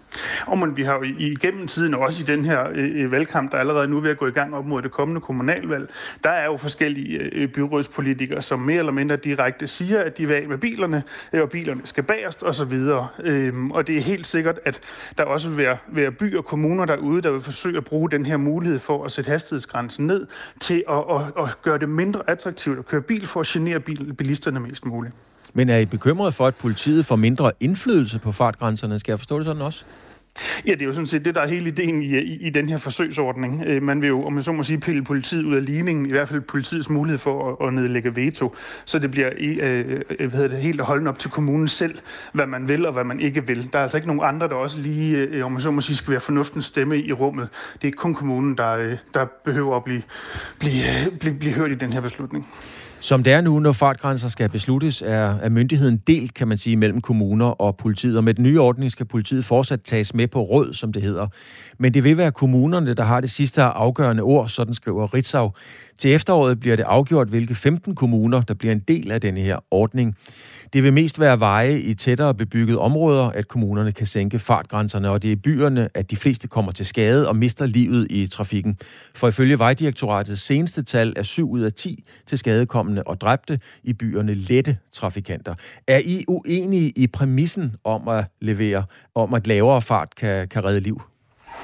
Og man, vi har jo igennem tiden, og også i den her øh, valgkamp, der allerede nu er ved at gå i gang op mod det kommende kommunalvalg, der er jo forskellige øh, byrådspolitikere, som mere eller mindre direkte siger, at de vil af med bilerne, øh, og bilerne skal bagerst osv. Øhm, og det er helt sikkert, at der også vil være, være byer og kommuner derude, der vil forsøge at bruge den her mulighed for at sætte hastighedsgrænsen ned til at, at, at gøre det mindre attraktivt at køre bil for at genere bil, bilisterne mest muligt. Men er I bekymret for, at politiet får mindre indflydelse på fartgrænserne? Skal jeg forstå det sådan også? Ja, det er jo sådan set det, der er hele ideen i, i, i den her forsøgsordning. Øh, man vil jo, om man så må sige, pille politiet ud af ligningen, i hvert fald politiets mulighed for at, at nedlægge veto, så det bliver øh, hvad hedder det, helt holden op til kommunen selv, hvad man vil og hvad man ikke vil. Der er altså ikke nogen andre, der også lige, øh, om man så må sige, skal være fornuftens stemme i rummet. Det er ikke kun kommunen, der, øh, der behøver at blive, blive, øh, blive, blive hørt i den her beslutning. Som det er nu, når fartgrænser skal besluttes, er, er myndigheden delt, kan man sige, mellem kommuner og politiet. Og med den nye ordning skal politiet fortsat tages med på råd, som det hedder. Men det vil være kommunerne, der har det sidste afgørende ord, sådan skriver Ritzau. Til efteråret bliver det afgjort, hvilke femten kommuner, der bliver en del af denne her ordning. Det vil mest være veje i tættere bebyggede områder, at kommunerne kan sænke fartgrænserne, og det er i byerne, at de fleste kommer til skade og mister livet i trafikken. For ifølge Vejdirektoratets seneste tal er syv ud af ti til skadekommende og dræbte i byerne lette trafikanter. Er I uenige i præmissen om at levere, om at lavere fart kan, kan redde liv?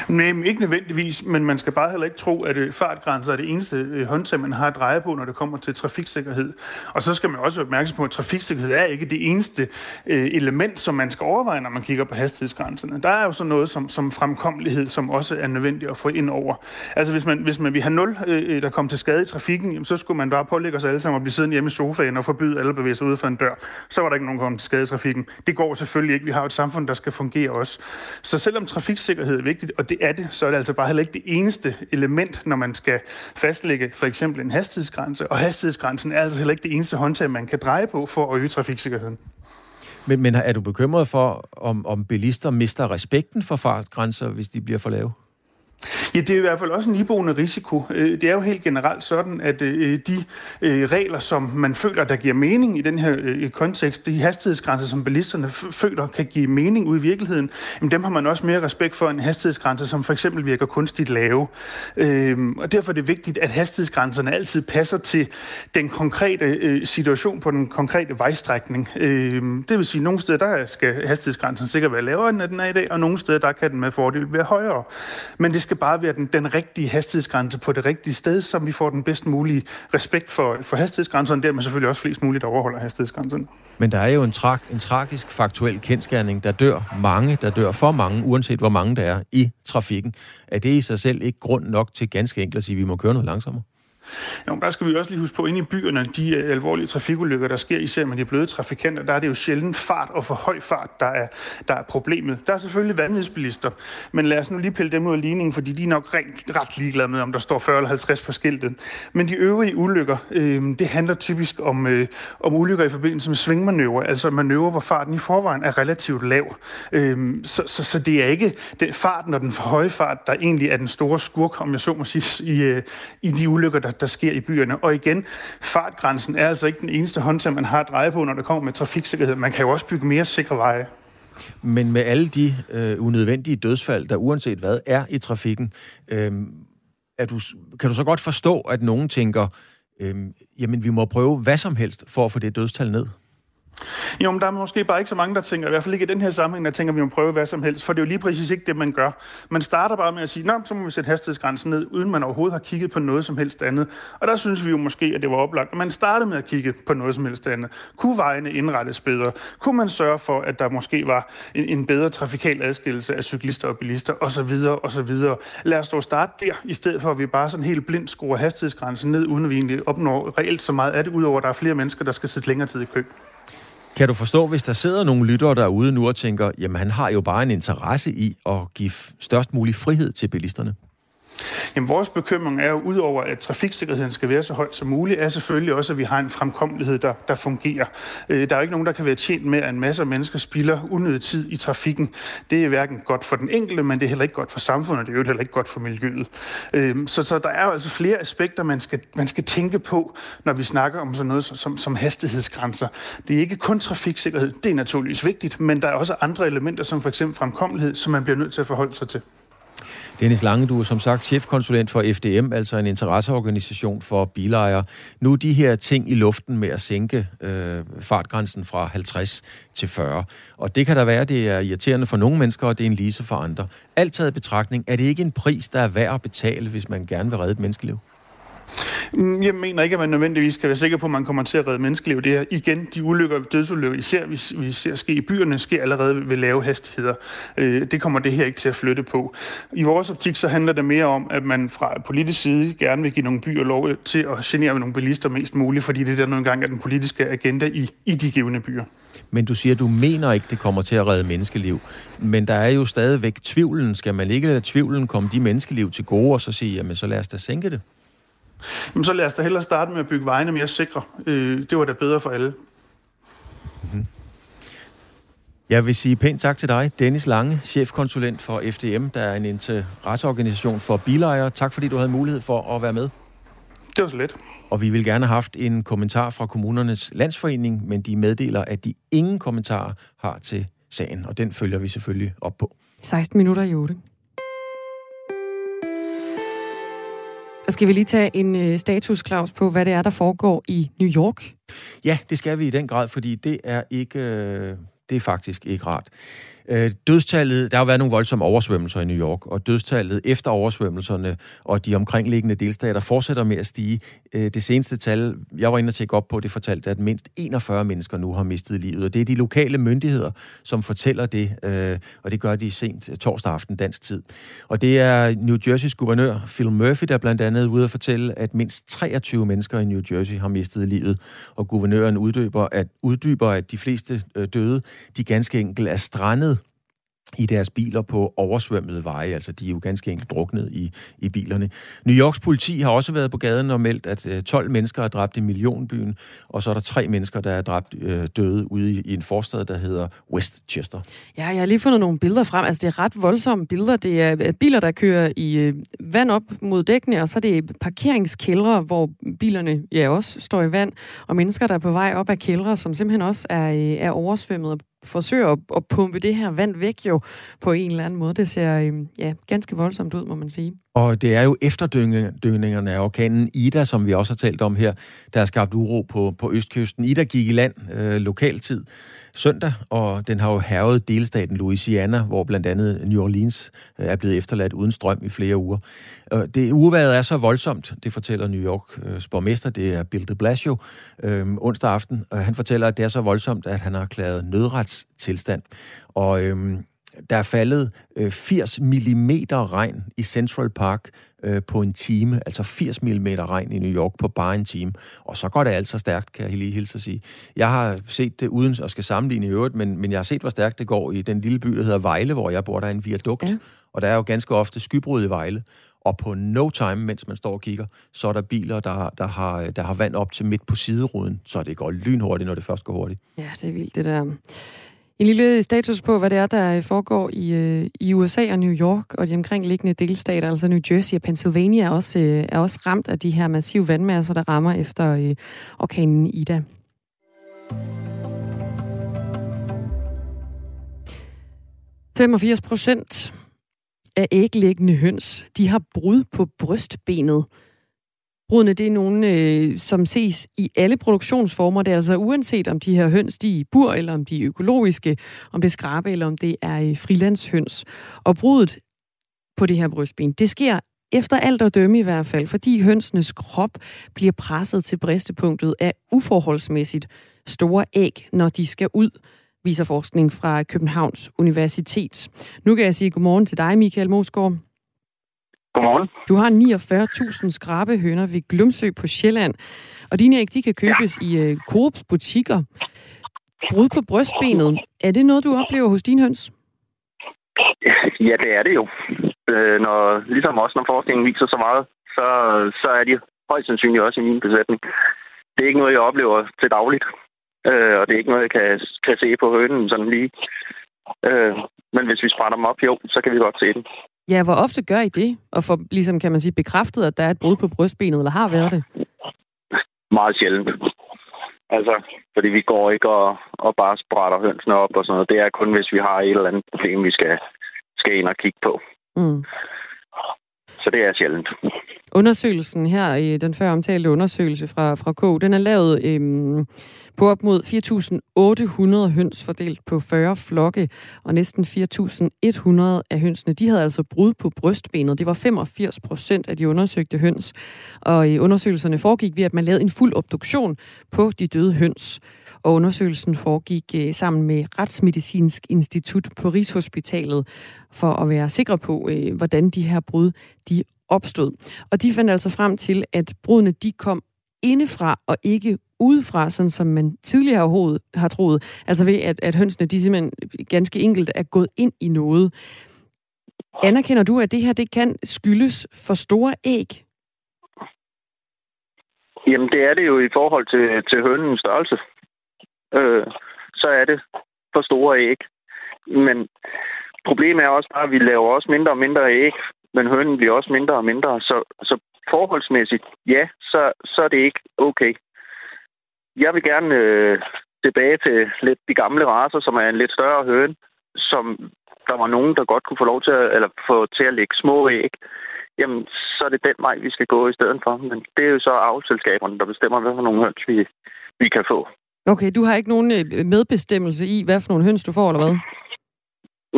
Nej, ikke nødvendigvis, men man skal bare heller ikke tro, at fartgrænser er det eneste håndtag, man har at dreje på, når det kommer til trafiksikkerhed. Og så skal man også være opmærksom på, at trafiksikkerhed er ikke det eneste element, som man skal overveje, når man kigger på hastighedsgrænserne. Der er jo så noget som, som fremkommelighed, som også er nødvendigt at få ind over. Altså hvis man, hvis man vil have nul, der kommer til skade i trafikken, jamen, så skulle man bare pålægge os alle sammen at blive siddende hjemme i sofaen og forbyde alle bevægelser ude for en dør. Så var der ikke nogen, der kom til skade i trafikken. Det går selvfølgelig ikke. Vi har et samfund, der skal fungere også. Så selvom trafiksikkerhed er vigtigt, og det er det, så er det altså bare heller ikke det eneste element, når man skal fastlægge for eksempel en hastighedsgrænse. Og hastighedsgrænsen er altså heller ikke det eneste håndtag, man kan dreje på for at øge trafiksikkerheden. Men, men er du bekymret for, om, om bilister mister respekten for fartgrænser, hvis de bliver for lave? Ja, det er i hvert fald også en iboende risiko. Det er jo helt generelt sådan, at de regler, som man føler, der giver mening i den her kontekst, de hastighedsgrænser, som bilisterne føler kan give mening ud i virkeligheden, dem har man også mere respekt for en hastighedsgrænse, som for eksempel virker kunstigt lave. Og derfor er det vigtigt, at hastighedsgrænserne altid passer til den konkrete situation på den konkrete vejstrækning. Det vil sige, at nogle steder der skal hastighedsgrænsen sikkert være lavere, end den er i dag, og nogle steder der kan den med fordel være højere. Men det skal bare være den, den rigtige hastighedsgrænse på det rigtige sted, som vi får den bedst mulige respekt for, for hastighedsgrænserne, dermed selvfølgelig også flest muligt, der overholder hastighedsgrænserne. Men der er jo en, tra- en tragisk faktuel kendsgerning, der dør mange, der dør for mange, uanset hvor mange der er i trafikken. Er det i sig selv ikke grund nok til ganske enkelt at sige, at vi må køre noget langsommere? Ja, der skal vi også lige huske på, inde i byerne, de alvorlige trafikulykker, der sker især med de bløde trafikanter, der er det jo sjældent fart og for høj fart, der er, der er problemet. Der er selvfølgelig vanvidsbilister, men lad os nu lige pille dem ud af ligningen, fordi de er nok rent, ret ligeglade med, om der står fyrre eller halvtreds på skiltet. Men de øvrige ulykker, øh, det handler typisk om, øh, om ulykker i forbindelse med svingmanøvrer, altså manøvrer, hvor farten i forvejen er relativt lav. Øh, så, så, så det er ikke den farten og den for høje fart, der egentlig er den store skurk, om jeg så må sige, i, øh, i de ulykker, der der sker i byerne. Og igen, fartgrænsen er altså ikke den eneste håndtag, man har at dreje på, når det kommer med trafiksikkerhed. Man kan jo også bygge mere sikre veje. Men med alle de øh, unødvendige dødsfald, der uanset hvad er i trafikken, øh, er du, kan du så godt forstå, at nogen tænker, øh, jamen vi må prøve hvad som helst for at få det dødstal ned? Jo, men der er måske bare ikke så mange, der tænker, i hvert fald ikke i den her sammenhæng, der tænker, at vi må prøve hvad som helst, for det er jo lige præcis ikke det, man gør. Man starter bare med at sige, nå, så må vi sætte hastighedsgrænsen ned, uden man overhovedet har kigget på noget som helst andet. Og der synes vi jo måske, at det var oplagt, at man startede med at kigge på noget som helst andet. Kunne vejene indrettes bedre? Kunne man sørge for, at der måske var en, en bedre trafikal adskillelse af cyklister og bilister, osv., osv. Lad os dog starte der, i stedet for at vi bare sådan helt blindt skruer hastighedsgrænsen ned, uden at vi egentlig opnår reelt så meget af det, udover at der er flere mennesker, der skal sidde længere tid i kø. Kan du forstå, hvis der sidder nogle lyttere derude nu og tænker, jamen han har jo bare en interesse i at give størst mulig frihed til bilisterne? Jamen, vores bekymring er jo, udover at trafiksikkerheden skal være så høj som muligt, er selvfølgelig også, at vi har en fremkommelighed, der, der fungerer. Der er jo ikke nogen, der kan være tjent med, at en masse mennesker spilder unødig tid i trafikken. Det er hverken godt for den enkelte, men det er heller ikke godt for samfundet, det er jo heller ikke godt for miljøet. Så, så der er jo altså flere aspekter, man skal, man skal tænke på, når vi snakker om sådan noget som, som hastighedsgrænser. Det er ikke kun trafiksikkerhed, det er naturligvis vigtigt, men der er også andre elementer, som for eksempel fremkommelighed, som man bliver nødt til at forholde sig til. Dennis Lange, du er som sagt chefkonsulent for F D M, altså en interesseorganisation for bilejere. Nu er de her ting i luften med at sænke øh, fartgrænsen fra halvtreds til fyrre. Og det kan da være, det er irriterende for nogle mennesker, og det er en lise for andre. Alt taget i betragtning, er det ikke en pris, der er værd at betale, hvis man gerne vil redde et menneskeliv? Jeg mener ikke, at man nødvendigvis skal være sikker på, at man kommer til at redde menneskeliv. Det er igen de ulykker, dødsulykker, især vi, vi ser ske i byerne, sker allerede ved lave hastigheder. Det kommer det her ikke til at flytte på. I vores optik så handler det mere om, at man fra politisk side gerne vil give nogle byer lov til at genere nogle bilister mest muligt, fordi det der nogle gange er den politiske agenda i, i de givne byer. Men du siger, at du mener ikke, det kommer til at redde menneskeliv. Men der er jo stadigvæk tvivlen. Skal man ikke lade tvivlen komme de menneskeliv til gode, og så sige, jamen så lad os da sænke det? Jamen, så lad os da hellere starte med at bygge vejene mere sikre. Øh, det var da bedre for alle. Mm-hmm. Jeg vil sige pænt tak til dig, Dennis Lange, chefkonsulent for F D M, der er en interesseorganisation for bilejere. Tak fordi du havde mulighed for at være med. Det var så let. Og vi vil gerne have haft en kommentar fra Kommunernes Landsforening, men de meddeler, at de ingen kommentarer har til sagen, og den følger vi selvfølgelig op på. seksten minutter i otte. Så skal vi lige tage en øh, status, Claus, på, hvad det er, der foregår i New York? Ja, det skal vi i den grad, fordi det er ikke, øh, det er faktisk ikke rart. Øh, dødstallet, der har jo været nogle voldsomme oversvømmelser i New York, og dødstallet efter oversvømmelserne og de omkringliggende delstater fortsætter med at stige. Øh, det seneste tal, jeg var inde og tjekke op på, det fortalte, at mindst enogfyrre mennesker nu har mistet livet, og det er de lokale myndigheder, som fortæller det, øh, og det gør de sent torsdag aften dansk tid. Og det er New Jerseys guvernør Phil Murphy, der blandt andet ude at fortælle, at mindst treogtyve mennesker i New Jersey har mistet livet, og guvernøren uddyber, at, uddyber, at de fleste øh, døde, de ganske enkelt er strandet i deres biler på oversvømmede veje. Altså, de er jo ganske enkelt druknet i, i bilerne. New Yorks politi har også været på gaden og meldt, at øh, tolv mennesker er dræbt i millionbyen, og så er der tre mennesker, der er dræbt øh, døde ude i, i en forstad, der hedder Westchester. Ja, jeg har lige fundet nogle billeder frem. Altså, det er ret voldsomme billeder. Det er biler, der kører i øh, vand op mod dækkene, og så er det parkeringskældre, hvor bilerne ja også står i vand, og mennesker, der er på vej op ad kældre, som simpelthen også er, øh, er oversvømmet, forsøger at, at pumpe det her vand væk jo på en eller anden måde. Det ser øh, ja, ganske voldsomt ud, må man sige. Og det er jo efterdønningerne af orkanen Ida, som vi også har talt om her, der har skabt uro på, på østkysten. Ida gik i land øh, lokaltid søndag, og den har jo hærget delstaten Louisiana, hvor blandt andet New Orleans øh, er blevet efterladt uden strøm i flere uger. Øh, det ugeværet er så voldsomt, det fortæller New Yorks borgmester, det er Bill de Blasio, øh, onsdag aften. Og han fortæller, at det er så voldsomt, at han har erklæret nødretstilstand. Og øh, der er faldet øh, firs millimeter regn i Central Park øh, på en time. Altså firs millimeter regn i New York på bare en time. Og så går det altså stærkt, kan jeg lige hilse at sige. Jeg har set det uden at skal sammenligne i øvrigt, men, men jeg har set, hvor stærkt det går i den lille by, der hedder Vejle, hvor jeg bor. Der er en viadukt, ja. Og der er jo ganske ofte skybrud i Vejle. Og på no time, mens man står og kigger, så er der biler, der, der, har, der har vand op til midt på sideruden. Så det går lynhurtigt, når det først går hurtigt. Ja, det er vildt, det der. En lille status på, hvad det er, der foregår i, øh, i U S A og New York og de omkringliggende delstater, altså New Jersey og Pennsylvania, er også, øh, er også ramt af de her massive vandmasser, der rammer efter øh, orkanen Ida. femogfirs procent af æglæggende høns, de har brud på brystbenet. Brudene, det er nogle, øh, som ses i alle produktionsformer. Det er altså uanset om de her høns, de er i bur, eller om de er økologiske, om det er skrabe, eller om det er øh, frilandshøns. Og brudet på det her brystben, det sker efter alt at dømme i hvert fald, fordi hønsenes krop bliver presset til bristepunktet af uforholdsmæssigt store æg, når de skal ud, viser forskning fra Københavns Universitet. Nu kan jeg sige godmorgen til dig, Michael Mosgaard. Godmorgen. Du har niogfyrre tusind skrabehøner ved Glumsø på Sjælland, og dine æg, de kan købes ja. i uh, Coops butikker. Brud på brystbenet, er det noget, du oplever hos dine høns? Ja, det er det jo. Øh, når, ligesom også når forskningen viser så meget, så, så er de højst sandsynligt også i min besætning. Det er ikke noget, jeg oplever til dagligt, øh, og det er ikke noget, jeg kan, kan se på hønen sådan lige. Øh, men hvis vi sprætter dem op, jo, så kan vi godt se den. Ja, hvor ofte gør I det? Og for, ligesom kan man sige, bekræftet, at der er et brud på brystbenet, eller har været det? Meget sjældent. Altså, fordi vi går ikke og, og bare sprætter hønsene op og sådan noget. Det er kun, hvis vi har et eller andet problem, vi skal, skal ind og kigge på. Mm. Så det er sjældent. Undersøgelsen her, den før omtalte undersøgelse fra, fra K, den er lavet øhm, på op mod fire tusind otte hundrede høns fordelt på fyrre flokke, og næsten fire tusind et hundrede af hønsene, de havde altså brud på brystbenet. Det var femogfirs procent af de undersøgte høns, og i undersøgelserne foregik ved, at man lavede en fuld obduktion på de døde høns. Og undersøgelsen foregik eh, sammen med Retsmedicinsk Institut på Rigshospitalet for at være sikre på, eh, hvordan de her brud de opstod. Og de fandt altså frem til, at brudene de kom indefra og ikke udefra, sådan som man tidligere overhovedet har troet. Altså ved, at, at hønsene de simpelthen ganske enkelt er gået ind i noget. Anerkender du, at det her det kan skyldes for store æg? Jamen, det er det jo i forhold til, til hønens størrelse. Øh, så er det for store æg. Men problemet er også bare, at vi laver også mindre og mindre æg, men hønen bliver også mindre og mindre. Så, så forholdsmæssigt, ja, så, så er det ikke okay. Jeg vil gerne øh, tilbage til lidt de gamle racer, som er en lidt større høne, som der var nogen, der godt kunne få lov til at, eller få til at lægge små æg. Jamen, så er det den vej, vi skal gå i stedet for. Men det er jo så avlsselskaberne, der bestemmer, hvad for nogle høns vi, vi kan få. Okay, du har ikke nogen medbestemmelse i, hvad for nogle høns du får, eller hvad?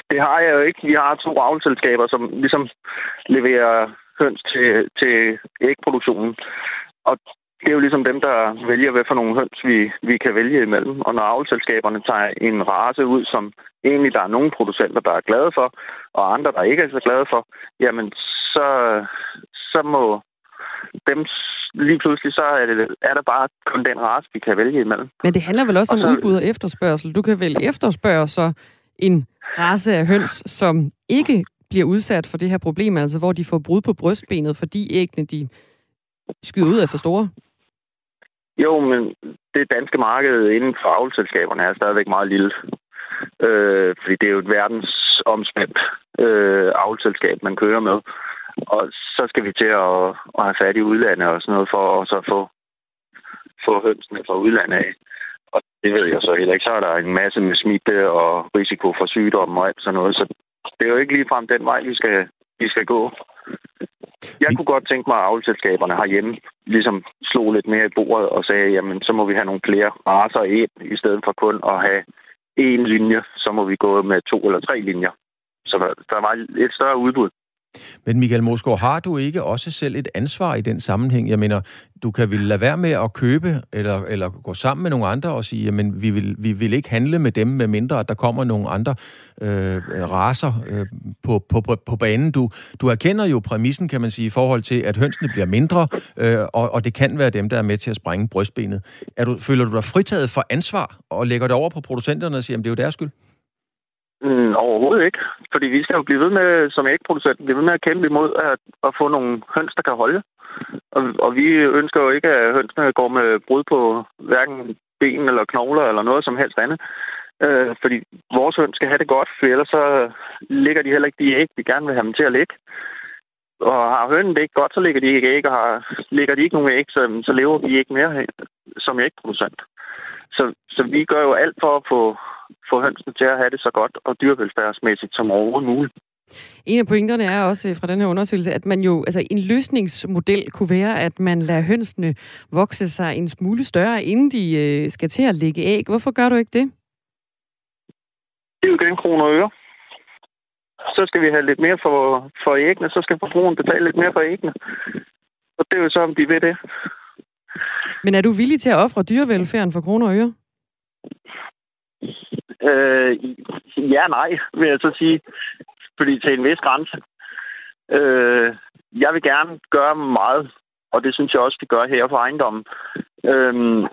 det har jeg jo ikke. Vi har to avlselskaber, som ligesom leverer høns til, til ægproduktionen. Og det er jo ligesom dem, der vælger, hvad for nogle høns vi, vi kan vælge imellem. Og når avlselskaberne tager en race ud, som egentlig der er nogle producenter, der er glade for, og andre, der ikke er så glade for, jamen så, så må dem lige pludselig, så er, det, er der bare kun den race, vi kan vælge imellem. Men det handler vel også og om så, udbud og efterspørgsel. Du kan vel efterspørge så en race af høns, som ikke bliver udsat for det her problem, altså hvor de får brud på brystbenet, fordi æggene de skyder ud af for store? Jo, men det danske marked inden for avlselskaberne er stadigvæk meget lille. Øh, fordi det er jo et verdensomspændt øh, avlselskab, man kører med. Og så skal vi til at, at have fat i udlandet og sådan noget, for at så få, få hønsene fra udlandet af. Og det ved jeg så heller ikke. Så er der en masse med smitte og risiko for sygdom og alt sådan noget. Så det er jo ikke ligefrem den vej, vi skal, vi skal gå. Jeg kunne godt tænke mig, at avlselskaberne herhjemme ligesom slog lidt mere i bordet og sagde, jamen så må vi have nogle flere racer ind, i stedet for kun at have én linje, så må vi gå med to eller tre linjer. Så der var et større udbud. Men Michael Moesgaard, har du ikke også selv et ansvar i den sammenhæng? Jeg mener, du kan vel lade være med at købe, eller, eller gå sammen med nogle andre og sige, jamen vi vil, vi vil ikke handle med dem, med mindre at der kommer nogle andre øh, racer øh, på, på, på, på banen. Du, du erkender jo præmissen, kan man sige, i forhold til, at hønsene bliver mindre, øh, og, og det kan være dem, der er med til at sprænge brystbenet. Er du, føler du dig fritaget for ansvar, og lægger det over på producenterne og siger, jamen det er jo deres skyld? Mm, overhovedet ikke. Fordi vi skal jo blive ved med, som ægproducent, blive ved med at kæmpe imod at, at få nogle høns, der kan holde. Og, og vi ønsker jo ikke, at hønsene går med brud på hverken ben eller knogler eller noget som helst andet. Øh, fordi vores høns skal have det godt, for ellers så ligger de heller ikke de æg, vi gerne vil have dem til at ligge. Og har hønen det ikke godt, så ligger de ikke æg, og har, ligger de ikke nogen æg, så, så lever vi ikke mere som ægproducent. Så, så vi gør jo alt for at få få hønsene til at have det så godt og dyrevelfærdsmæssigt som overhovedet muligt. En af pointerne er også fra den her undersøgelse, at man jo, altså en løsningsmodel kunne være, at man lader hønsene vokse sig en smule større, inden de øh, skal til at lægge æg. Hvorfor gør du ikke det? Det er jo igen kroner og øre. Så skal vi have lidt mere for, for æggene, så skal forbrugeren betale lidt mere for æggene. Og det er jo så, om de ved det. Men er du villig til at ofre dyrevelfærden for kroner og øre? Øh, ja, nej, vil jeg så sige. Fordi til en vis grænse. Øh, jeg vil gerne gøre meget, og det synes jeg også, vi gør her på ejendommen. Øh,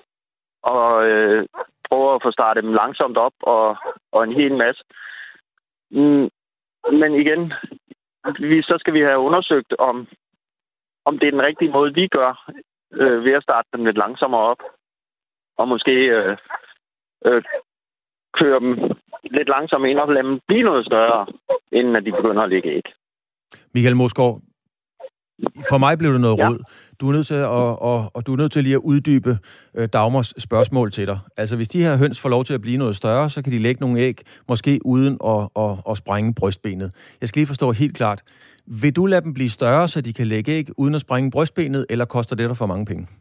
og øh, prøve at få startet dem langsomt op, og, og en hel masse. Mm, men igen, vi, så skal vi have undersøgt, om, om det er den rigtige måde, vi gør, øh, ved at starte dem lidt langsommere op. Og måske øh, øh, køre dem lidt langsomt ind og lade dem blive noget større, inden at de begynder at lægge æg. Michael Moesgaard, for mig blev det noget ja. rod. Du er nødt til at, og, og, og du er nødt til lige at uddybe øh, Dagmars spørgsmål til dig. Altså, hvis de her høns får lov til at blive noget større, så kan de lægge nogle æg, måske uden at, at, at sprænge brystbenet. Jeg skal lige forstå helt klart. Vil du lade dem blive større, så de kan lægge æg, uden at sprænge brystbenet, eller koster det dig for mange penge?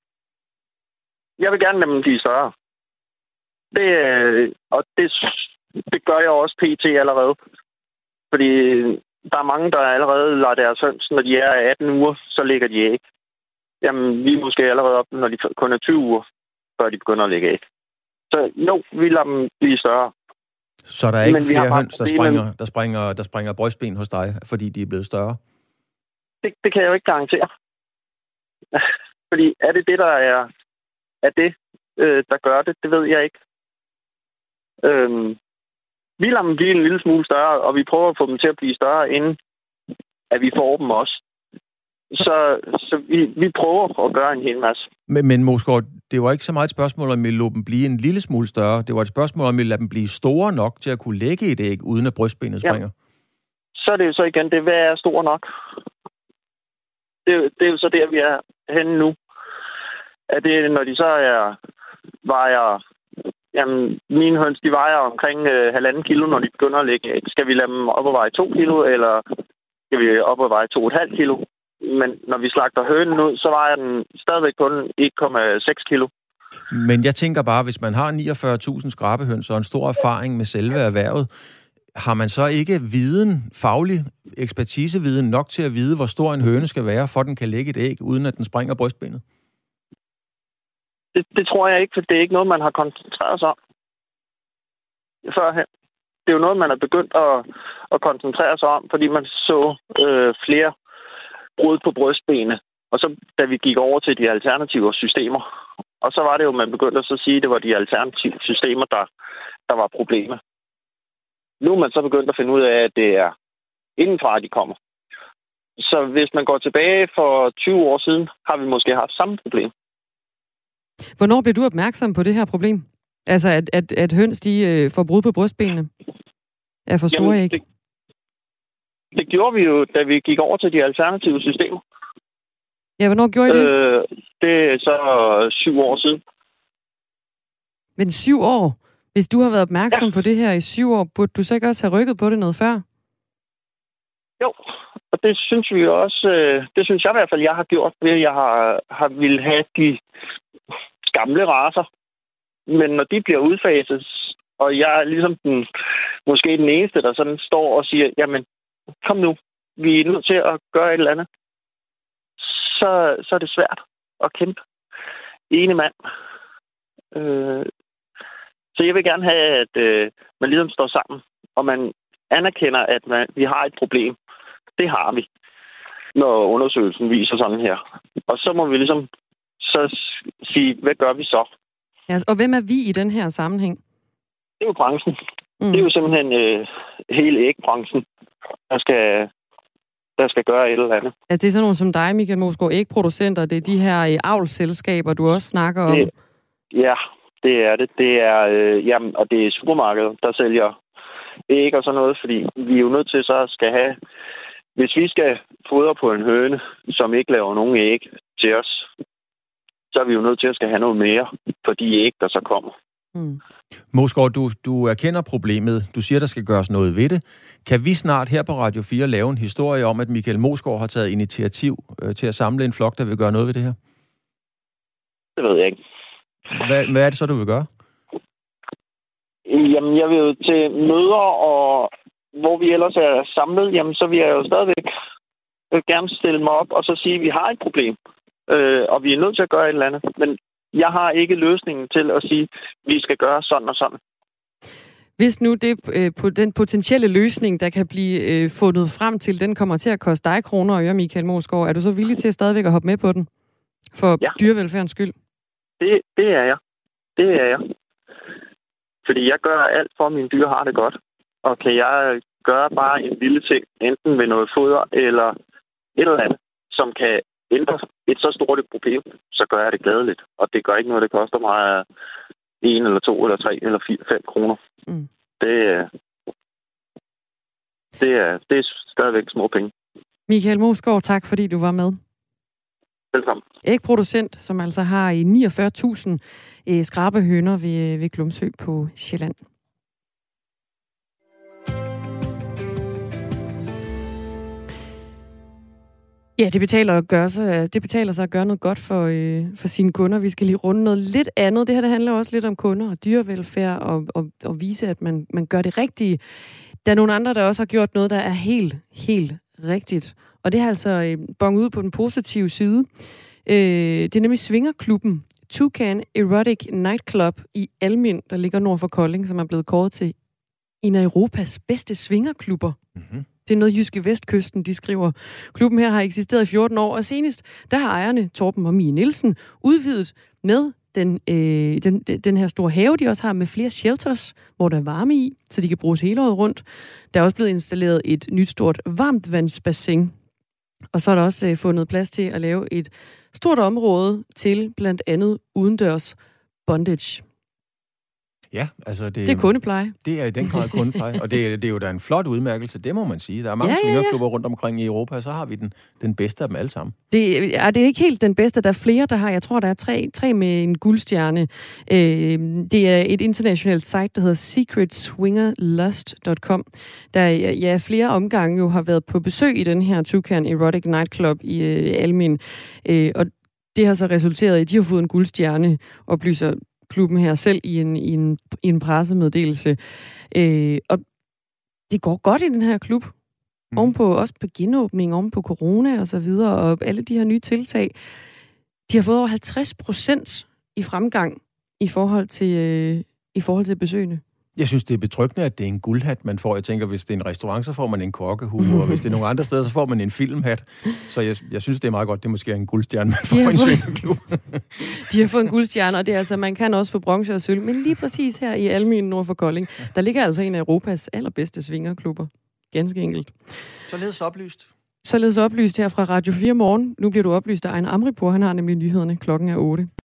Jeg vil gerne lade dem blive større. Det, og det, det gør jeg også pt. Allerede. Fordi der er mange, der allerede lader deres høns, når de er atten uger, så lægger de æg. Jamen, vi er måske allerede op, når de kun er tyve uger, før de begynder at lægge æg. Så jo, vi lader dem blive større. Så der er ikke Men flere høns, der springer, der, springer, der springer brystben hos dig, fordi de er blevet større? Det, det kan jeg jo ikke garantere. Fordi er det det, der er, er det, øh, der gør det? Det ved jeg ikke. Øhm, vi lader dem blive en lille smule større, og vi prøver at få dem til at blive større, inden at vi får dem også. Så, så vi, vi prøver at gøre en hel masse. Men, men Moesgaard, det var ikke så meget et spørgsmål, om vi lod dem blive en lille smule større. Det var et spørgsmål, om vi lader dem blive store nok til at kunne lægge et æg, uden at brystbenet springer. Ja. Så er det jo så igen, det hvad er stor nok. Det, det er jo så der, vi er henne nu. At det, når de så er, vejer... Jamen, mine høns, de vejer omkring øh, halvanden kilo, når de begynder at lægge æg. Skal vi lade dem op og veje to kilo, eller skal vi op og veje to og et halvt kilo? Men når vi slagter hønen ud, så vejer den stadigvæk kun en komma seks kilo. Men jeg tænker bare, hvis man har niogfyrre tusind skrabehøns og en stor erfaring med selve erhvervet, har man så ikke viden, faglig ekspertiseviden nok til at vide, hvor stor en høne skal være, for den kan lægge et æg, uden at den springer brystbenet? Det, det tror jeg ikke, for det er ikke noget, man har koncentreret sig om førhen. Det er jo noget, man er begyndt at, at koncentrere sig om, fordi man så øh, flere brud på brystbenet. Og så da vi gik over til de alternative systemer, og så var det jo, man begyndte at så sige, at det var de alternative systemer, der, der var problemet. Nu er man så begyndt at finde ud af, at det er indenfra, de kommer. Så hvis man går tilbage for tyve år siden, har vi måske haft samme problem. Hvornår blev du opmærksom på det her problem? Altså, at, at, at høns, de øh, får brud på brystbenene? Er for store æg? Det, det gjorde vi jo, da vi gik over til de alternative systemer. Ja, hvornår gjorde I det? Øh, det er så syv år siden. Men syv år? Hvis du har været opmærksom ja. på det her i syv år, burde du så ikke også have rykket på det noget før? Jo, og det synes vi også, øh, det synes jeg i hvert fald, jeg har gjort, ved at jeg har, har ville have de gamle racer. Men når de bliver udfaset, og jeg er ligesom den, måske den eneste, der sådan står og siger, jamen, kom nu, vi er nødt til at gøre et eller andet, så, så er det svært at kæmpe. Ene mand. Øh, så jeg vil gerne have, at øh, man ligesom står sammen, og man anerkender, at man, vi har et problem. Det har vi, når undersøgelsen viser sådan her. Og så må vi ligesom så sige, hvad gør vi så? Ja, og hvem er vi i den her sammenhæng? Det er jo branchen. Mm. Det er jo simpelthen øh, hele ægbranchen, der skal, der skal gøre et eller andet. Altså det er sådan nogle som dig, Michael Moesgaard, ægproducenter. Det er de her øh, avlsselskaber, du også snakker om. Det, ja, det er det. Det er, øh, jamen, og det er supermarkedet, der sælger æg og sådan noget, fordi vi er jo nødt til så at skal have, hvis vi skal fodre på en høne, som ikke laver nogen æg til os, så er vi jo nødt til at skal have noget mere for de æg, der så kommer. Mm. Moesgaard, du, du erkender problemet. Du siger, der skal gøres noget ved det. Kan vi snart her på Radio fire lave en historie om, at Michael Moesgaard har taget initiativ øh, til at samle en flok, der vil gøre noget ved det her? Det ved jeg ikke. Hvad, hvad er det så, du vil gøre? Jamen, jeg vil jo til møder, og hvor vi ellers er samlet, jamen, så vil jeg jo stadigvæk gerne stille mig op og så sige, at vi har et problem. Øh, og vi er nødt til at gøre et eller andet. Men jeg har ikke løsningen til at sige, at vi skal gøre sådan og sådan. Hvis nu det, øh, på den potentielle løsning, der kan blive øh, fundet frem til, den kommer til at koste dig kroner og øre, Michael Moesgaard, er du så villig til at stadigvæk at hoppe med på den? For ja. dyrevelfærdens skyld? Det, det er jeg. Det er jeg. Fordi jeg gør alt for, at mine dyr har det godt. Og kan jeg gøre bare en lille ting, enten ved noget foder eller et eller andet, som kan ændre et så stort et problem, så gør jeg det gladeligt. Og det gør ikke noget, det koster mig en eller to eller tre eller fire, fem kroner. Mm. Det, det, er, det er stadigvæk små penge. Michael Moesgaard, tak fordi du var med. Velkommen. Ægproducent, som altså har i niogfyrre tusind øh, skrabehøner ved, ved Glumsø på Sjælland. Ja, det betaler, at gøre sig, det betaler sig at gøre noget godt for, øh, for sine kunder. Vi skal lige runde noget lidt andet. Det her det handler også lidt om kunder og dyrevelfærd og, og, og vise, at man, man gør det rigtige. Der er nogle andre, der også har gjort noget, der er helt, helt rigtigt. Og det har altså øh, bonget ud på den positive side. Øh, det er nemlig Svingerklubben, Toucan Erotic Nightclub i Almind, der ligger nord for Kolding, som er blevet kåret til en af Europas bedste svingerklubber. Mm-hmm. Det er noget Jyske Vestkysten, de skriver. Klubben her har eksisteret i fjorten år, og senest der har ejerne, Torben og Mie Nielsen, udvidet med den, øh, den, den her store have, de også har med flere shelters, hvor der er varme i, så de kan bruges hele året rundt. Der er også blevet installeret et nyt stort varmtvandsbassin. Og så er der også øh, fundet plads til at lave et stort område til blandt andet udendørs bondage. Ja, altså det, det er kundepleje. Det er i den grad kundepleje, og det er, det er jo da en flot udmærkelse, det må man sige. Der er mange ja, svingerklubber ja, ja. rundt omkring i Europa, og så har vi den, den bedste af dem alle sammen. Det er, det er ikke helt den bedste, der er flere, der har. Jeg tror, der er tre, tre med en guldstjerne. Øh, det er et internationalt site, der hedder secret swinger lust punktum com, der ja, flere omgange jo har været på besøg i den her Toucan Erotic Nightclub i øh, Almind. Øh, og det har så resulteret i, at de har fået en guldstjerne, oplyser klubben her selv i en, i en, i en pressemeddelelse. Øh, og det går godt i den her klub. Mm. Ovenpå, også på genåbning, oven på corona og så videre, og alle de her nye tiltag. De har fået over halvtreds procent i fremgang i forhold til, øh, i forhold til besøgende. Jeg synes, det er betryggende, at det er en guldhat, man får. Jeg tænker, hvis det er en restaurant, så får man en kokkehue, og hvis det er nogle andre steder, så får man en filmhat. Så jeg, jeg synes, det er meget godt, det er måske en guldstjerne, man får i en svingerklub. De har fået en guldstjerne, og det er altså, man kan også få bronze og sølv. Men lige præcis her i Alminen nord for Kolding, der ligger altså en af Europas allerbedste svingerklubber. Ganske enkelt. Således oplyst. Således oplyst her fra Radio fire Morgen. Nu bliver du oplyst af Ejner Amripour. Han har nemlig nyhederne. Klokken er otte.